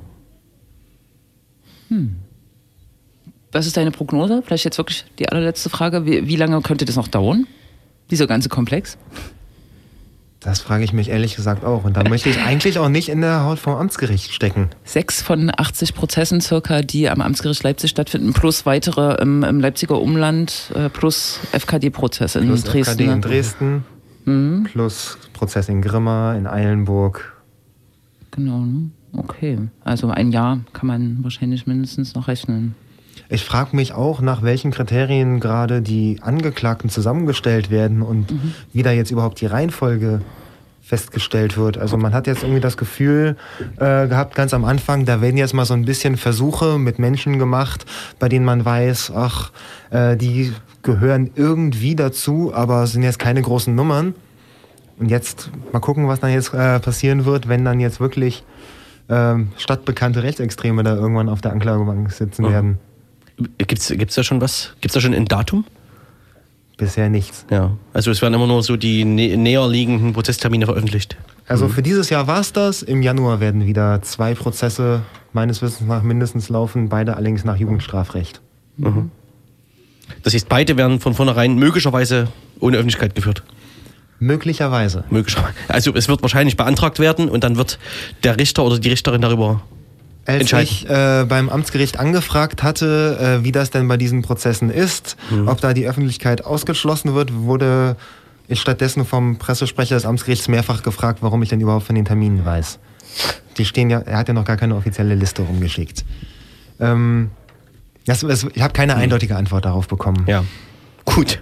Was ist deine Prognose? Vielleicht jetzt wirklich die allerletzte Frage. Wie lange könnte das noch dauern, dieser ganze Komplex? Das frage ich mich ehrlich gesagt auch. Und da möchte ich eigentlich auch nicht in der Haut vom Amtsgericht stecken. 6 von 80 Prozessen circa, die am Amtsgericht Leipzig stattfinden, plus weitere im Leipziger Umland, plus FKD-Prozesse in Dresden. FKD in Dresden, plus Prozess in Grimma, in Eilenburg. Genau, ne? Okay. Also ein Jahr kann man wahrscheinlich mindestens noch rechnen. Ich frage mich auch, nach welchen Kriterien gerade die Angeklagten zusammengestellt werden und wie da jetzt überhaupt die Reihenfolge festgestellt wird. Also man hat jetzt irgendwie das Gefühl gehabt, ganz am Anfang, da werden jetzt mal so ein bisschen Versuche mit Menschen gemacht, bei denen man weiß, die gehören irgendwie dazu, aber sind jetzt keine großen Nummern. Und jetzt mal gucken, was dann jetzt passieren wird, wenn dann jetzt wirklich stadtbekannte Rechtsextreme da irgendwann auf der Anklagebank sitzen werden. Gibt's da schon was? Gibt's da schon ein Datum? Bisher nichts. Ja, also es werden immer nur so die näher liegenden Prozesstermine veröffentlicht. Also für dieses Jahr war es das. Im Januar werden wieder 2 Prozesse meines Wissens nach mindestens laufen, beide allerdings nach Jugendstrafrecht. Das heißt, beide werden von vornherein möglicherweise ohne Öffentlichkeit geführt. Möglicherweise. Also es wird wahrscheinlich beantragt werden und dann wird der Richter oder die Richterin darüber entscheiden. Als ich beim Amtsgericht angefragt hatte, wie das denn bei diesen Prozessen ist, ob da die Öffentlichkeit ausgeschlossen wird, wurde ich stattdessen vom Pressesprecher des Amtsgerichts mehrfach gefragt, warum ich denn überhaupt von den Terminen weiß. Die stehen ja, er hat ja noch gar keine offizielle Liste rumgeschickt. Ich habe keine eindeutige Antwort darauf bekommen. Ja, gut.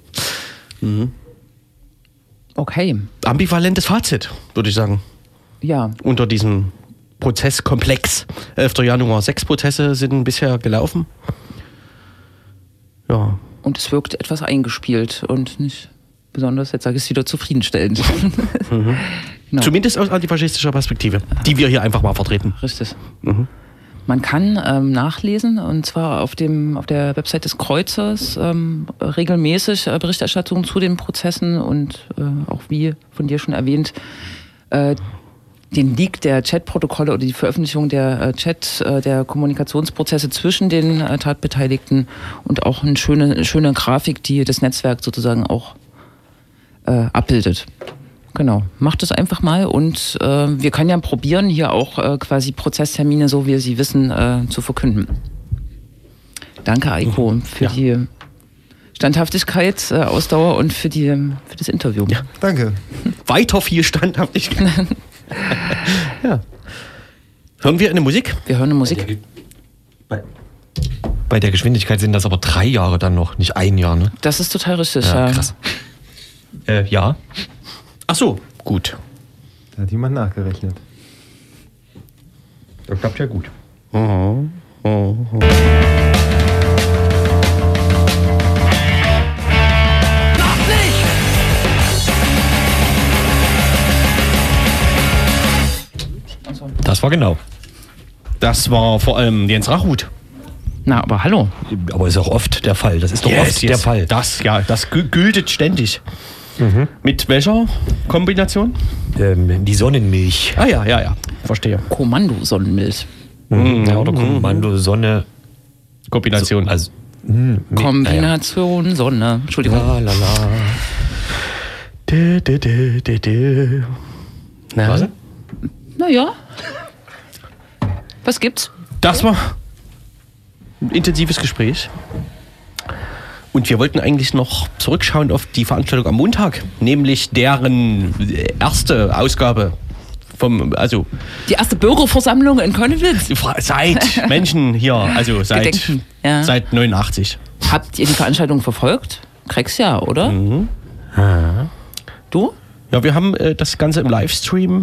Okay. Ambivalentes Fazit, würde ich sagen. Ja. Unter diesem Prozesskomplex. 11. Januar, 6 Prozesse sind bisher gelaufen. Ja. Und es wirkt etwas eingespielt und nicht besonders, jetzt sage ich es wieder, zufriedenstellend. Genau. Zumindest aus antifaschistischer Perspektive, die wir hier einfach mal vertreten. Richtig. Man kann nachlesen, und zwar auf der Website des Kreuzers, regelmäßig Berichterstattungen zu den Prozessen und auch, wie von dir schon erwähnt, den Leak der Chatprotokolle oder die Veröffentlichung der der Kommunikationsprozesse zwischen den Tatbeteiligten und auch eine schöne Grafik, die das Netzwerk sozusagen auch abbildet. Genau, macht es einfach mal und wir können ja probieren, hier auch quasi Prozesstermine, so wie Sie wissen, zu verkünden. Danke, Eiko, für die Standhaftigkeit, Ausdauer und für das Interview. Ja. Danke. Weiter viel Standhaftigkeit. Ja. Hören wir eine Musik? Wir hören eine Musik. Bei der Geschwindigkeit sind das aber 3 Jahre dann noch, nicht 1 Jahr, ne? Das ist total richtig. Ja, krass. Ja. Ach so, gut. Da hat jemand nachgerechnet. Das klappt ja gut. Das war genau. Das war vor allem Jens Rachut. Na, aber hallo. Aber ist auch oft der Fall. Das ist doch oft der Fall. Das gültet ständig. Mit welcher Kombination? Die Sonnenmilch. Ah ja. Verstehe. Kommando-Sonnenmilch. Ja, oder Kommando Sonne. Kombination. So, also, Kombination Sonne. Entschuldigung. La. Na? Was? Naja. Was gibt's? Das war ein intensives Gespräch. Und wir wollten eigentlich noch zurückschauen auf die Veranstaltung am Montag, nämlich deren erste Ausgabe die erste Bürgerversammlung in Konnewitz. Seit Menschen hier, also seit 89. Habt ihr die Veranstaltung verfolgt? Krex ja, oder? Mhm. Du? Ja, wir haben das Ganze im Livestream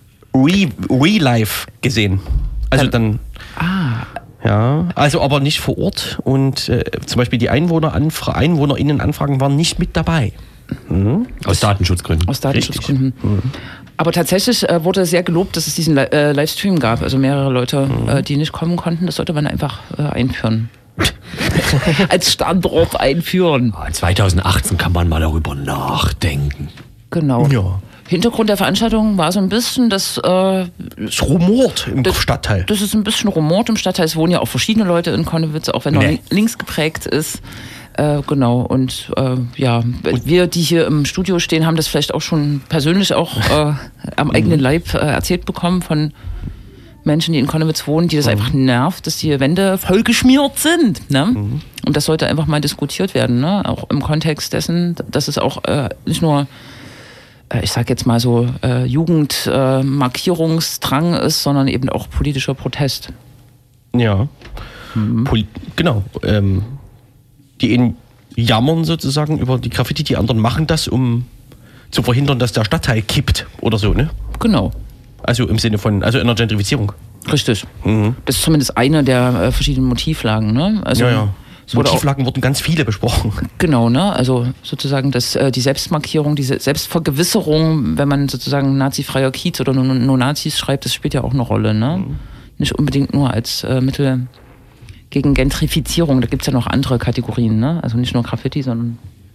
live gesehen. Also dann. Ja, also aber nicht vor Ort. Und zum Beispiel die EinwohnerInnen-Anfragen waren nicht mit dabei. Mhm. Aus Datenschutzgründen. Aus Datenschutzgründen. Aber tatsächlich wurde sehr gelobt, dass es diesen Livestream gab. Also mehrere Leute, die nicht kommen konnten. Das sollte man einfach einführen. Als Standort einführen. 2018 kann man mal darüber nachdenken. Genau. Ja. Hintergrund der Veranstaltung war so ein bisschen, dass es rumort im Stadtteil. Das ist ein bisschen rumort im Stadtteil. Es wohnen ja auch verschiedene Leute in Konnewitz, auch wenn er links geprägt ist. Genau. Und wir, die hier im Studio stehen, haben das vielleicht auch schon persönlich auch am eigenen Leib erzählt bekommen von Menschen, die in Konnewitz wohnen, die das einfach nervt, dass die Wände vollgeschmiert sind. Ne? Und das sollte einfach mal diskutiert werden. Ne? Auch im Kontext dessen, dass es auch nicht nur ich sag jetzt mal so, Jugendmarkierungsdrang ist, sondern eben auch politischer Protest. Ja, genau. Die jammern sozusagen über die Graffiti, die anderen machen das, um zu verhindern, dass der Stadtteil kippt oder so, ne? Genau. Also im Sinne von, in der Gentrifizierung. Richtig. Das ist zumindest eine der verschiedenen Motivlagen, ne? Also, Motivlagen wurden ganz viele besprochen. Genau, ne? Also sozusagen die Selbstmarkierung, diese Selbstvergewisserung, wenn man sozusagen nazifreier Kiez oder nur Nazis schreibt, das spielt ja auch eine Rolle, ne? Nicht unbedingt nur als Mittel gegen Gentrifizierung, da gibt es ja noch andere Kategorien, ne? Also nicht nur Graffiti, sondern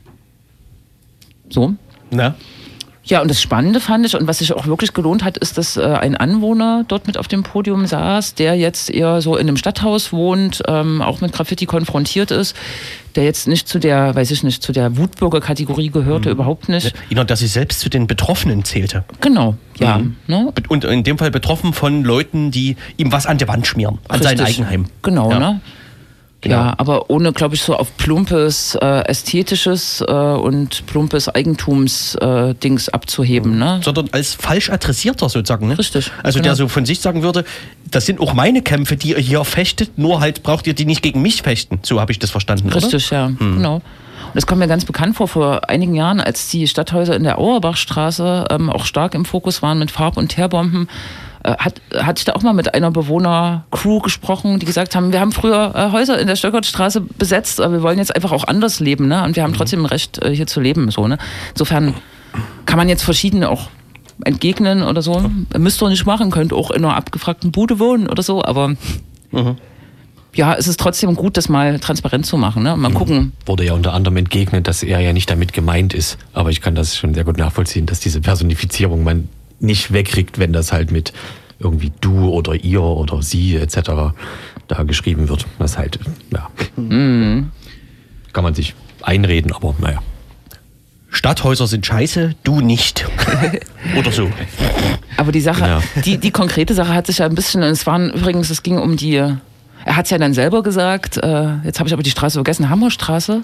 so. Na? Ja, und das Spannende fand ich, und was sich auch wirklich gelohnt hat, ist, dass ein Anwohner dort mit auf dem Podium saß, der jetzt eher so in einem Stadthaus wohnt, auch mit Graffiti konfrontiert ist, der jetzt nicht zu der Wutbürger-Kategorie gehörte, überhaupt nicht. Dass sie selbst zu den Betroffenen zählte. Genau, ja. Ne? Und in dem Fall betroffen von Leuten, die ihm was an die Wand schmieren, an sein Eigenheim. Genau, ja. Ne? Genau. Ja, aber ohne, glaube ich, so auf plumpes Ästhetisches und plumpes Eigentums-Dings abzuheben. Ne? Sondern als falsch adressierter sozusagen. Ne? Richtig. Also der so von sich sagen würde, das sind auch meine Kämpfe, die ihr hier fechtet, nur halt braucht ihr die nicht gegen mich fechten. So habe ich das verstanden, Richtig, oder? Ja, genau. Und das kommt mir ganz bekannt vor einigen Jahren, als die Stadthäuser in der Auerbachstraße auch stark im Fokus waren mit Farb- und Teerbomben. Hatte ich da auch mal mit einer Bewohner-Crew gesprochen, die gesagt haben, wir haben früher Häuser in der Stöckertstraße besetzt, aber wir wollen jetzt einfach auch anders leben, ne? Und wir haben trotzdem ein Recht, hier zu leben. So, ne? Insofern kann man jetzt verschiedene auch entgegnen oder so. Müsst ihr nicht machen, könnt auch in einer abgefragten Bude wohnen oder so, aber ja, es ist trotzdem gut, das mal transparent zu machen. Ne? Mal gucken. Wurde ja unter anderem entgegnet, dass er ja nicht damit gemeint ist, aber ich kann das schon sehr gut nachvollziehen, dass diese Personifizierung man nicht wegkriegt, wenn das halt mit irgendwie du oder ihr oder sie etc. da geschrieben wird. Das halt, ja. Kann man sich einreden, aber naja. Stadthäuser sind scheiße, du nicht. Oder so. Aber die Sache, die konkrete Sache hat sich ja ein bisschen, es ging um die, er hat es ja dann selber gesagt, jetzt habe ich aber die Straße vergessen, Hammerstraße?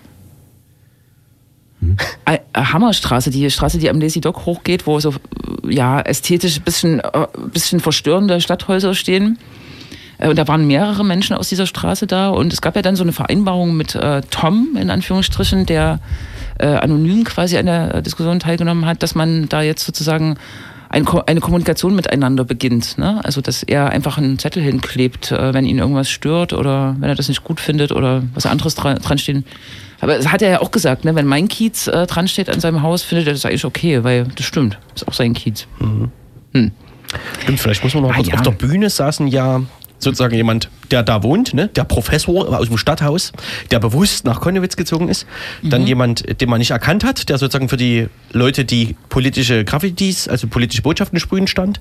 Hammerstraße, die Straße, die am Lazy Dog hochgeht, wo so ästhetisch bisschen verstörende Stadthäuser stehen. Und da waren mehrere Menschen aus dieser Straße da und es gab ja dann so eine Vereinbarung mit Tom, in Anführungsstrichen, der anonym quasi an der Diskussion teilgenommen hat, dass man da jetzt sozusagen eine Kommunikation miteinander beginnt. Ne? Also, dass er einfach einen Zettel hinklebt, wenn ihn irgendwas stört oder wenn er das nicht gut findet oder was anderes dran stehen. Aber das hat er ja auch gesagt, ne? Wenn mein Kiez dran steht an seinem Haus, findet er das eigentlich okay, weil das stimmt, ist auch sein Kiez. Stimmt, vielleicht muss man noch kurz, auf der Bühne saßen ja sozusagen jemand, der da wohnt, ne? Der Professor aus dem Stadthaus, der bewusst nach Konnewitz gezogen ist. Dann jemand, den man nicht erkannt hat, der sozusagen für die Leute, die politische Graffitis, also politische Botschaften sprühen, stand.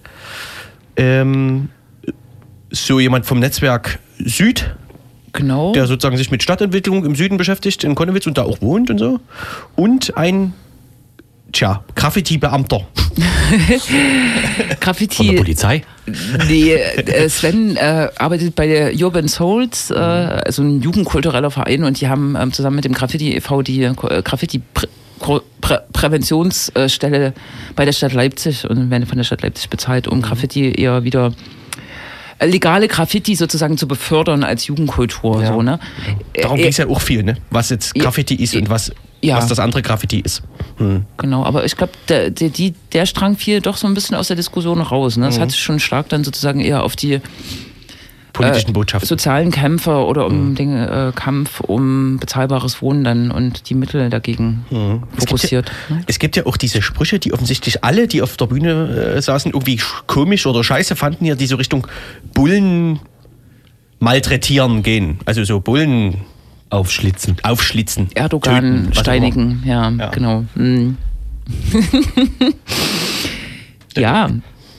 So jemand vom Netzwerk Süd, genau, der sozusagen sich mit Stadtentwicklung im Süden beschäftigt, in Konnewitz und da auch wohnt und so. Und ein Tja, Graffiti-Beamter. Graffiti. Von der Polizei? Nee, Sven arbeitet bei der Urban Souls, also ein jugendkultureller Verein, und die haben zusammen mit dem Graffiti e.V. die Graffiti-Präventionsstelle bei der Stadt Leipzig und werden von der Stadt Leipzig bezahlt, um Graffiti eher wieder legale Graffiti sozusagen zu befördern als Jugendkultur. Ja. So, ne? Darum ging es ja auch viel, ne? Was jetzt Graffiti ist und was das andere Graffiti ist. Genau, aber ich glaube, der Strang fiel doch so ein bisschen aus der Diskussion raus. Ne? Das hat sich schon stark dann sozusagen eher auf die politischen Botschaften, sozialen Kämpfe oder um den Kampf um bezahlbares Wohnen dann und die Mittel dagegen fokussiert. Es gibt ja auch diese Sprüche, die offensichtlich alle, die auf der Bühne saßen, irgendwie komisch oder scheiße fanden, hier, die so Richtung Bullen malträtieren gehen. Also so Bullen aufschlitzen. Erdogan töten, steinigen, ja, genau. Ja.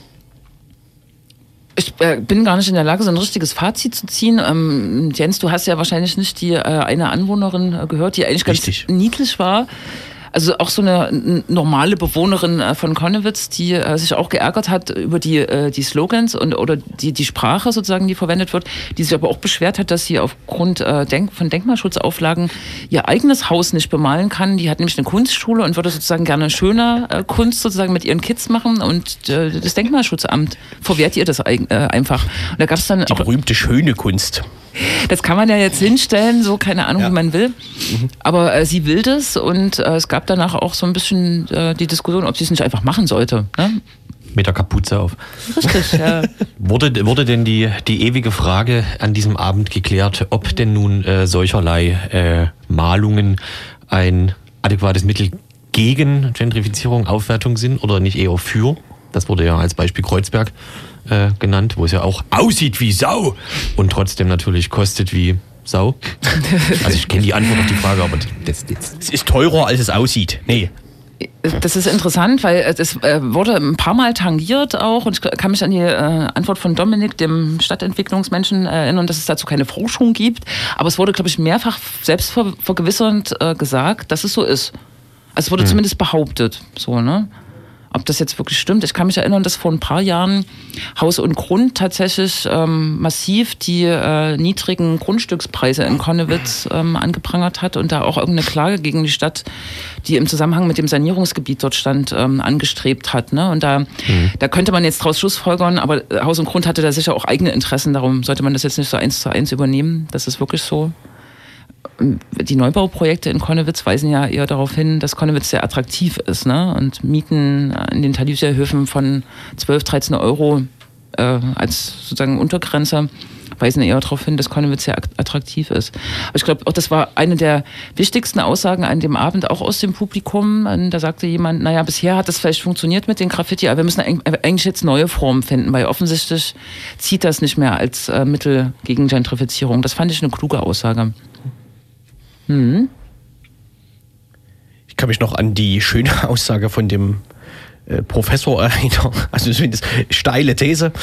Ich bin gar nicht in der Lage, so ein richtiges Fazit zu ziehen. Jens, du hast ja wahrscheinlich nicht die eine Anwohnerin gehört, die eigentlich ganz niedlich war. Also auch so eine normale Bewohnerin von Connewitz, die sich auch geärgert hat über die Slogans oder die Sprache sozusagen, die verwendet wird, die sich aber auch beschwert hat, dass sie aufgrund von Denkmalschutzauflagen ihr eigenes Haus nicht bemalen kann. Die hat nämlich eine Kunstschule und würde sozusagen gerne schöner Kunst sozusagen mit ihren Kids machen, und das Denkmalschutzamt verwehrt ihr das einfach. Und da gab's dann die berühmte schöne Kunst. Das kann man ja jetzt hinstellen, so keine Ahnung, wie man will. Aber sie will das, und es gab danach auch so ein bisschen die Diskussion, ob sie es nicht einfach machen sollte. Ne? Mit der Kapuze auf. Richtig, ja. Wurde denn die ewige Frage an diesem Abend geklärt, ob denn nun solcherlei Malungen ein adäquates Mittel gegen Gentrifizierung, Aufwertung sind oder nicht eher für? Das wurde ja als Beispiel Kreuzberg genannt, wo es ja auch aussieht wie Sau und trotzdem natürlich kostet wie Sau. Also ich kenne die Antwort auf die Frage, aber es ist teurer, als es aussieht. Nee. Das ist interessant, weil das wurde ein paar Mal tangiert auch, und ich kann mich an die Antwort von Dominik, dem Stadtentwicklungsmenschen, erinnern, dass es dazu keine Forschung gibt. Aber es wurde, glaube ich, mehrfach selbstvergewissernd gesagt, dass es so ist. Also es wurde zumindest behauptet, so, ne? Ob das jetzt wirklich stimmt. Ich kann mich erinnern, dass vor ein paar Jahren Haus und Grund tatsächlich massiv die niedrigen Grundstückspreise in Connewitz angeprangert hat und da auch irgendeine Klage gegen die Stadt, die im Zusammenhang mit dem Sanierungsgebiet dort stand, angestrebt hat. Ne? Und da könnte man jetzt draus schlussfolgern, aber Haus und Grund hatte da sicher auch eigene Interessen. Darum sollte man das jetzt nicht so 1:1 übernehmen. Das ist wirklich so. Die Neubauprojekte in Connewitz weisen ja eher darauf hin, dass Connewitz sehr attraktiv ist, ne? Und Mieten in den Thalüsia-Höfen von 12, 13 Euro als sozusagen Untergrenze weisen eher darauf hin, dass Connewitz sehr attraktiv ist. Aber ich glaube, auch das war eine der wichtigsten Aussagen an dem Abend, auch aus dem Publikum. Und da sagte jemand, naja, bisher hat das vielleicht funktioniert mit den Graffiti, aber wir müssen eigentlich jetzt neue Formen finden, weil offensichtlich zieht das nicht mehr als Mittel gegen Gentrifizierung. Das fand ich eine kluge Aussage. Ich kann mich noch an die schöne Aussage von dem Professor erinnern, also zumindest steile These,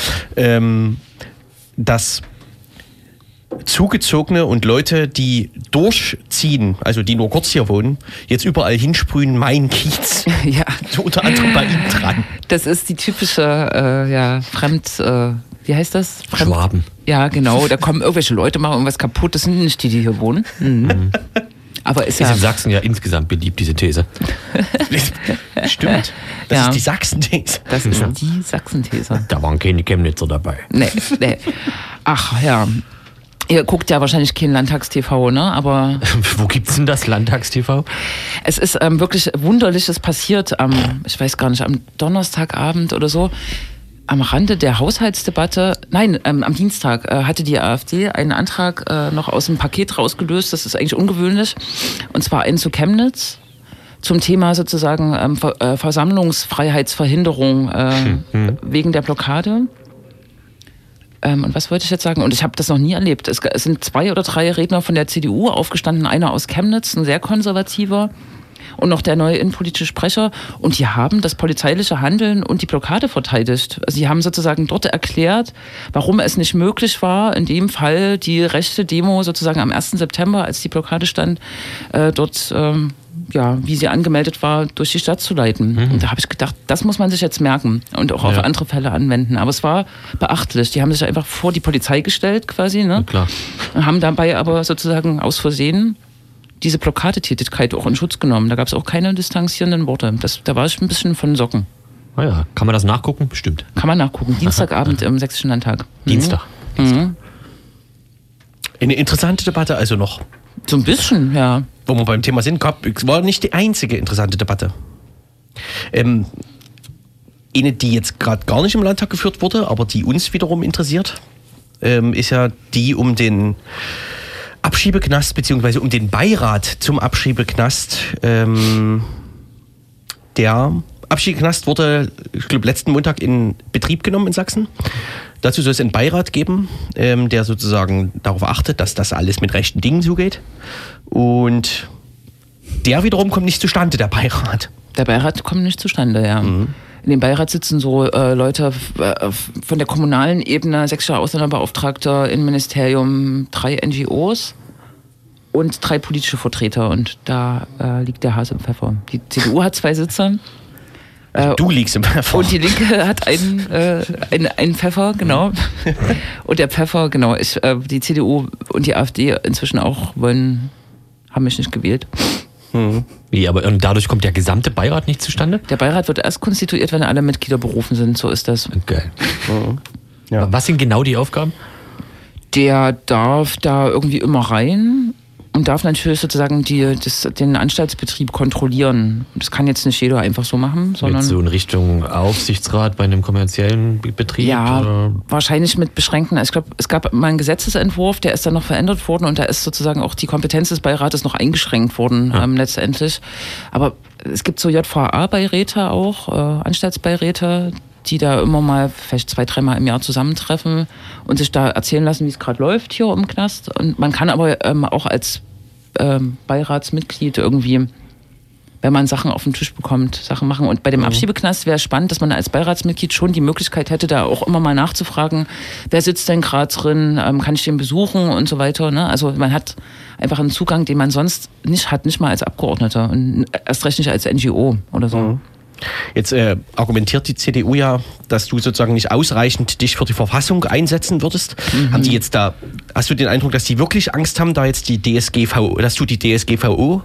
dass Zugezogene und Leute, die durchziehen, also die nur kurz hier wohnen, jetzt überall hinsprühen, mein Kiez. Ja. So unter anderem bei ihm dran. Das ist die typische wie heißt das? Schwaben. Ja, genau. Da kommen irgendwelche Leute, machen irgendwas kaputt. Das sind nicht die hier wohnen. Aber ist in Sachsen ja insgesamt beliebt, diese These. Stimmt. Das ist die Sachsen-These. Das ist die Sachsen-These. Da waren keine Chemnitzer dabei. Nee. Ach ja. Ihr guckt ja wahrscheinlich kein Landtagstv, ne? Aber wo gibt's denn das Landtagstv? Es ist wirklich Wunderliches passiert ich weiß gar nicht, am Donnerstagabend oder so. Am Rande der Haushaltsdebatte, am Dienstag hatte die AfD einen Antrag noch aus dem Paket rausgelöst, das ist eigentlich ungewöhnlich, und zwar einen zu Chemnitz zum Thema sozusagen Versammlungsfreiheitsverhinderung wegen der Blockade. Und was wollte ich jetzt sagen? Und ich habe das noch nie erlebt. Es sind 2 oder 3 Redner von der CDU aufgestanden, einer aus Chemnitz, ein sehr konservativer, und noch der neue innenpolitische Sprecher. Und die haben das polizeiliche Handeln und die Blockade verteidigt. Also sie haben sozusagen dort erklärt, warum es nicht möglich war, in dem Fall die rechte Demo sozusagen am 1. September, als die Blockade stand, dort wie sie angemeldet war, durch die Stadt zu leiten. Und da habe ich gedacht, das muss man sich jetzt merken und auch auf andere Fälle anwenden. Aber es war beachtlich. Die haben sich einfach vor die Polizei gestellt quasi, ne? Klar. Und haben dabei aber sozusagen aus Versehen diese Blockadetätigkeit auch in Schutz genommen. Da gab es auch keine distanzierenden Worte. Da war ich ein bisschen von Socken. Ja, kann man das nachgucken? Bestimmt. Kann man nachgucken. Dienstagabend im Sächsischen Landtag. Dienstag. Mhm. Eine interessante Debatte also noch. So ein bisschen, ja. Wo wir beim Thema sind, war nicht die einzige interessante Debatte. Eine, die jetzt gerade gar nicht im Landtag geführt wurde, aber die uns wiederum interessiert, ist ja die um den Abschiebeknast, beziehungsweise um den Beirat zum Abschiebeknast. Der Abschiebeknast wurde, ich glaube, letzten Montag in Betrieb genommen in Sachsen. Dazu soll es einen Beirat geben, der sozusagen darauf achtet, dass das alles mit rechten Dingen zugeht. Und der wiederum kommt nicht zustande, der Beirat. Der Beirat kommt nicht zustande, ja. In dem Beirat sitzen so Leute von der kommunalen Ebene, sächsischer Ausländerbeauftragter, Innenministerium, 3 NGOs und 3 politische Vertreter. Und da liegt der Hase im Pfeffer. Die CDU hat 2 Sitze. Du liegst im Pfeffer. Und die Linke hat einen Pfeffer, genau. Und der Pfeffer, genau, die CDU und die AfD inzwischen auch haben mich nicht gewählt. Wie, und dadurch kommt der gesamte Beirat nicht zustande? Der Beirat wird erst konstituiert, wenn alle Mitglieder berufen sind, so ist das. Geil. Ja. Was sind genau die Aufgaben? Der darf da irgendwie immer rein und darf natürlich sozusagen den Anstaltsbetrieb kontrollieren. Das kann jetzt nicht jeder einfach so machen, sondern... Jetzt so in Richtung Aufsichtsrat bei einem kommerziellen Betrieb? Ja, oder? Wahrscheinlich mit beschränkten. Ich glaube, es gab mal einen Gesetzesentwurf, der ist dann noch verändert worden und da ist sozusagen auch die Kompetenz des Beirates noch eingeschränkt worden letztendlich. Aber es gibt so JVA-Beiräte auch, Anstaltsbeiräte, die da immer mal vielleicht 2-3 Mal im Jahr zusammentreffen und sich da erzählen lassen, wie es gerade läuft hier im Knast. Und man kann aber auch als Beiratsmitglied irgendwie, wenn man Sachen auf den Tisch bekommt, Sachen machen. Und bei dem Abschiebeknast wäre es spannend, dass man als Beiratsmitglied schon die Möglichkeit hätte, da auch immer mal nachzufragen, wer sitzt denn gerade drin, kann ich den besuchen und so weiter. Ne? Also man hat einfach einen Zugang, den man sonst nicht hat, nicht mal als Abgeordneter und erst recht nicht als NGO oder so. Jetzt argumentiert die CDU ja, dass du sozusagen nicht ausreichend dich für die Verfassung einsetzen würdest. Haben die jetzt hast du den Eindruck, dass die wirklich Angst haben, da jetzt die DSGVO, dass du die DSGVO,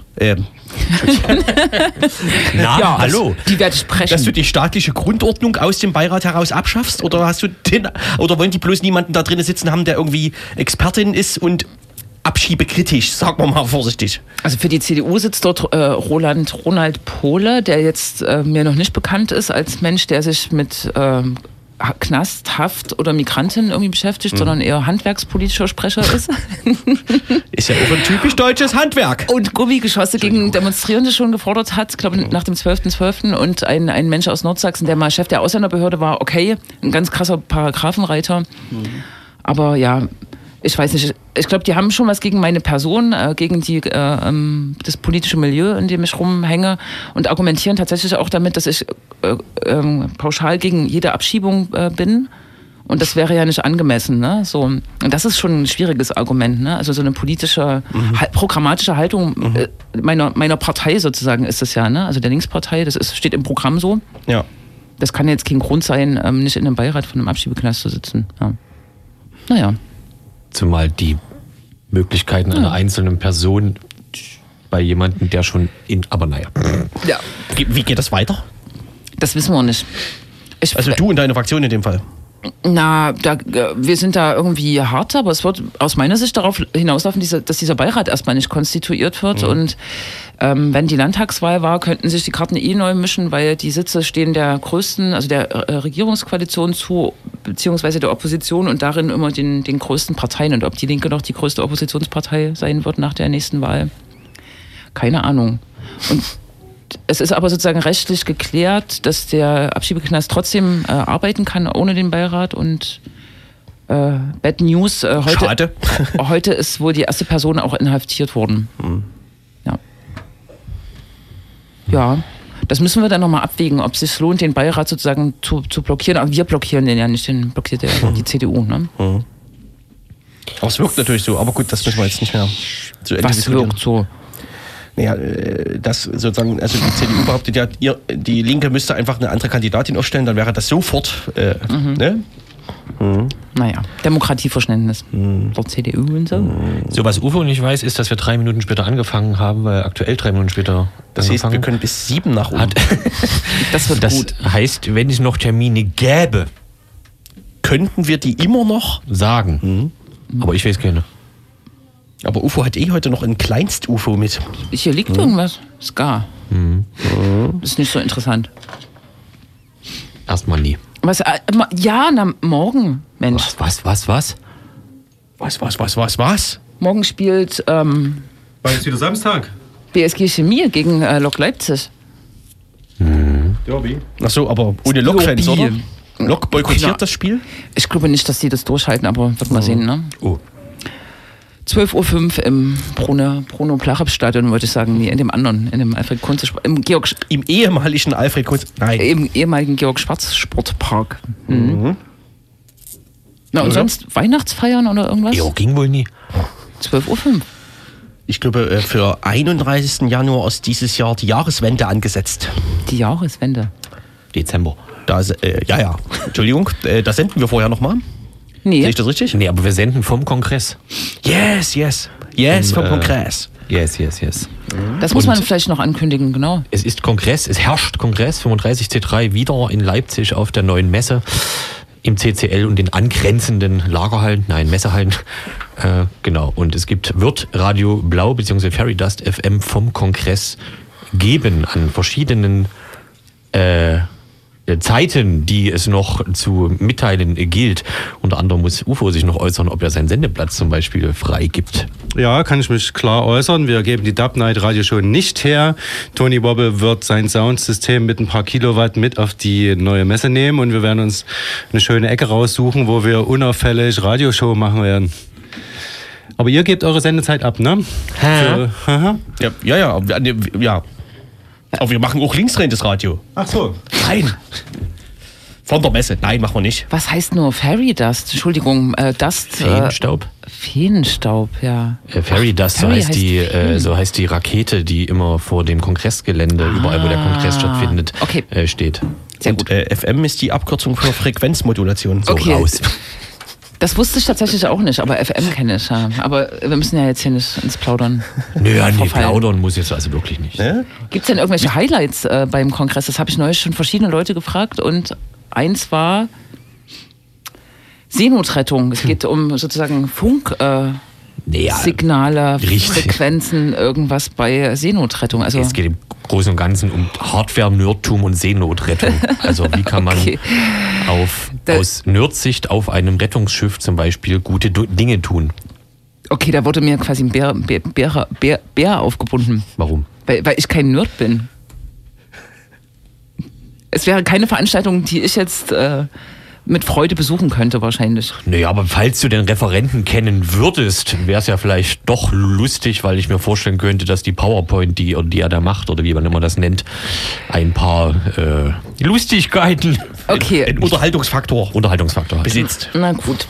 hallo, die werde ich brechen. Dass du die staatliche Grundordnung aus dem Beirat heraus abschaffst? Oder oder wollen die bloß niemanden da drinnen sitzen haben, der irgendwie Expertin ist und abschiebekritisch, sagen wir mal vorsichtig. Also für die CDU sitzt dort Ronald Pohle, der jetzt mir noch nicht bekannt ist als Mensch, der sich mit Knast, Haft oder Migranten irgendwie beschäftigt, sondern eher handwerkspolitischer Sprecher ist. Ist ja auch ein typisch deutsches Handwerk. Und Gummigeschosse gegen Demonstrierende schon gefordert hat, glaube ich, nach dem 12.12. Und ein Mensch aus Nordsachsen, der mal Chef der Ausländerbehörde war, okay, ein ganz krasser Paragraphenreiter. Aber ja, ich weiß nicht, ich glaube, die haben schon was gegen meine Person, gegen das politische Milieu, in dem ich rumhänge und argumentieren tatsächlich auch damit, dass ich pauschal gegen jede Abschiebung bin. Und das wäre ja nicht angemessen. Ne? So, und das ist schon ein schwieriges Argument. Ne? Also so eine politische, programmatische Haltung meiner Partei sozusagen ist das ja. Ne? Also der Linkspartei, steht im Programm so. Ja. Das kann jetzt kein Grund sein, nicht in einem Beirat von einem Abschiebeknast zu sitzen. Ja. Naja. Zumal die Möglichkeiten einer einzelnen Person bei jemandem, der schon aber naja. Ja. Wie geht das weiter? Das wissen wir nicht. Also du und deine Fraktion in dem Fall? Na, wir sind da irgendwie hart, aber es wird aus meiner Sicht darauf hinauslaufen, dass dieser Beirat erstmal nicht konstituiert wird. Und wenn die Landtagswahl war, könnten sich die Karten neu mischen, weil die Sitze stehen der größten, also der Regierungskoalition zu, beziehungsweise der Opposition und darin immer den größten Parteien. Und ob die Linke noch die größte Oppositionspartei sein wird nach der nächsten Wahl, keine Ahnung. Und es ist aber sozusagen rechtlich geklärt, dass der Abschiebeknast trotzdem arbeiten kann ohne den Beirat und Bad News, heute ist wohl die erste Person auch inhaftiert worden. Ja, das müssen wir dann nochmal abwägen, ob es sich lohnt, den Beirat sozusagen zu blockieren. Aber wir blockieren den ja nicht, den blockiert die CDU. Ne? Aber es wirkt natürlich so, aber gut, das müssen wir jetzt nicht mehr zu Ende diskutieren. Was wirkt so? Naja, das sozusagen, also die CDU behauptet ja, die Linke müsste einfach eine andere Kandidatin aufstellen, dann wäre das sofort, ne? Naja, Demokratieverständnis der CDU und so. So, was UFO nicht weiß, ist, dass wir 3 Minuten später angefangen haben, weil aktuell 3 Minuten später Das heißt, wir können bis 7 nach oben. Das wird Das gut. heißt, wenn es noch Termine gäbe, Könnten wir die immer noch? sagen. Aber ich weiß keine. Aber UFO hat heute noch ein Kleinst-UFO mit. Hier liegt irgendwas. Ska. Ist nicht so interessant. Erstmal nie. Was? Ja, morgen, Mensch. Was? Was? Morgen spielt War jetzt wieder Samstag? BSG Chemie gegen Lok Leipzig. Derby. Ach so, aber ohne Lok-Fans, Derby. oder? Lok boykottiert Klar. das Spiel? Ich glaube nicht, dass die das durchhalten, aber wird mal sehen, ne? Oh. 12:05 Uhr im Bruno-Placheb-Stadion, wollte ich sagen. Nee, in dem anderen, in dem im Im ehemaligen Alfred Kunz. Nein. im ehemaligen Georg-Schwarz-Sportpark. Na und Ja. sonst Weihnachtsfeiern oder irgendwas? Jo, ging wohl nie. 12:05 Uhr. Ich glaube, für 31. Januar ist dieses Jahr die Jahreswende angesetzt. Die Jahreswende. Dezember. Da, ja. Entschuldigung, da senden wir vorher nochmal. Nee. Sehe ich das richtig? Nee, aber wir senden vom Kongress. Yes, vom Kongress. Yes. Das muss Und- man vielleicht noch ankündigen, genau. Es ist Kongress, es herrscht Kongress 35C3 wieder in Leipzig auf der neuen Messe im CCL und den angrenzenden Lagerhallen, Messehallen. Genau. Und es wird Radio Blau bzw. Fairy Dust FM vom Kongress geben an verschiedenen Zeiten, die es noch zu mitteilen gilt. Unter anderem muss UFO sich noch äußern, ob er seinen Sendeplatz zum Beispiel frei gibt. Ja, kann ich mich klar äußern. Wir geben die Dub Night Radioshow nicht her. Tony Wobble wird sein Soundsystem mit ein paar Kilowatt mit auf die neue Messe nehmen und wir werden uns eine schöne Ecke raussuchen, wo wir unauffällig Radioshow machen werden. Aber ihr gebt eure Sendezeit ab, ne? Aha. Ja. Aber wir machen auch linksdrehendes Radio. Ach so. Nein. Von der Messe. Nein, machen wir nicht. Was heißt nur Fairy Dust? Entschuldigung, Dust. Feenstaub? Feenstaub, ja. Fairy Dust, so Fairy heißt die Rakete, die immer vor dem Kongressgelände, überall wo der Kongress stattfindet, Okay. Steht. Sehr gut. FM ist die Abkürzung für Frequenzmodulation. So Okay. raus. Das wusste ich tatsächlich auch nicht, aber FM kenne ich, ja. Aber wir müssen ja jetzt hier nicht ins Plaudern. Nee, verfallen. plaudern muss jetzt also wirklich nicht. Ne? Gibt es denn irgendwelche Highlights beim Kongress? Das habe ich neulich schon verschiedene Leute gefragt und eins war Seenotrettung. Es geht um sozusagen Funksignale, richtig. Frequenzen, irgendwas bei Seenotrettung. Also Es geht im Großen und Ganzen um Hardware-Nerdtum und Seenotrettung. Also wie kann man Okay. aus Nerdsicht auf einem Rettungsschiff zum Beispiel gute Dinge tun? okay, da wurde mir quasi ein Bär aufgebunden, Warum? weil ich kein Nerd bin. Es wäre keine Veranstaltung, die ich jetzt mit Freude besuchen könnte wahrscheinlich. Naja, aber falls du den Referenten kennen würdest, wäre es ja vielleicht doch lustig, weil ich mir vorstellen könnte, dass die PowerPoint, die er da macht, oder wie man immer das nennt, ein paar Lustigkeiten, Okay, Ein Unterhaltungsfaktor Unterhaltungsfaktor hat. besitzt. na gut.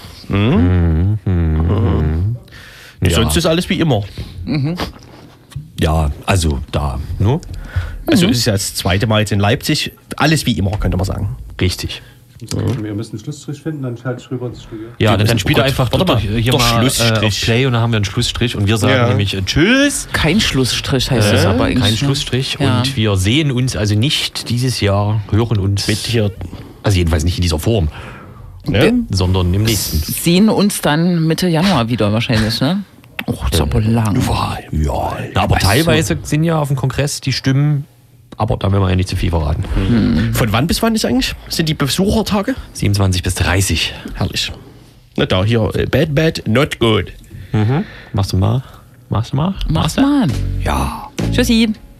Ja. Sonst ist alles wie immer. Ja, also da, ne? Also es ist ja das zweite Mal jetzt in Leipzig. Alles wie immer, könnte man sagen. Richtig. Wir müssen einen Schlussstrich finden, dann schalte ich rüber ins Studio. Ja, Du dann bist- spielt oh er Gott, einfach warte mal, hier der mal Schlussstrich. auf Play und dann haben wir einen Schlussstrich und wir sagen Ja. nämlich Tschüss. Kein Schlussstrich heißt es aber eigentlich. Kein ne? Schlussstrich Ja. und wir sehen uns also nicht dieses Jahr, hören uns Mit hier. also jedenfalls nicht in dieser Form, Ne? sondern im nächsten. Sehen uns dann Mitte Januar wieder wahrscheinlich, ne? Oh, das ist aber lang. Ja, aber teilweise sind ja auf dem Kongress die Stimmen, aber da will man ja nicht zu viel verraten. Von wann bis wann ist eigentlich? Sind die Besuchertage? 27 bis 30. Herrlich. Na da, hier, bad, not good. Machst du mal? Mach's mal. Ja. Tschüssi.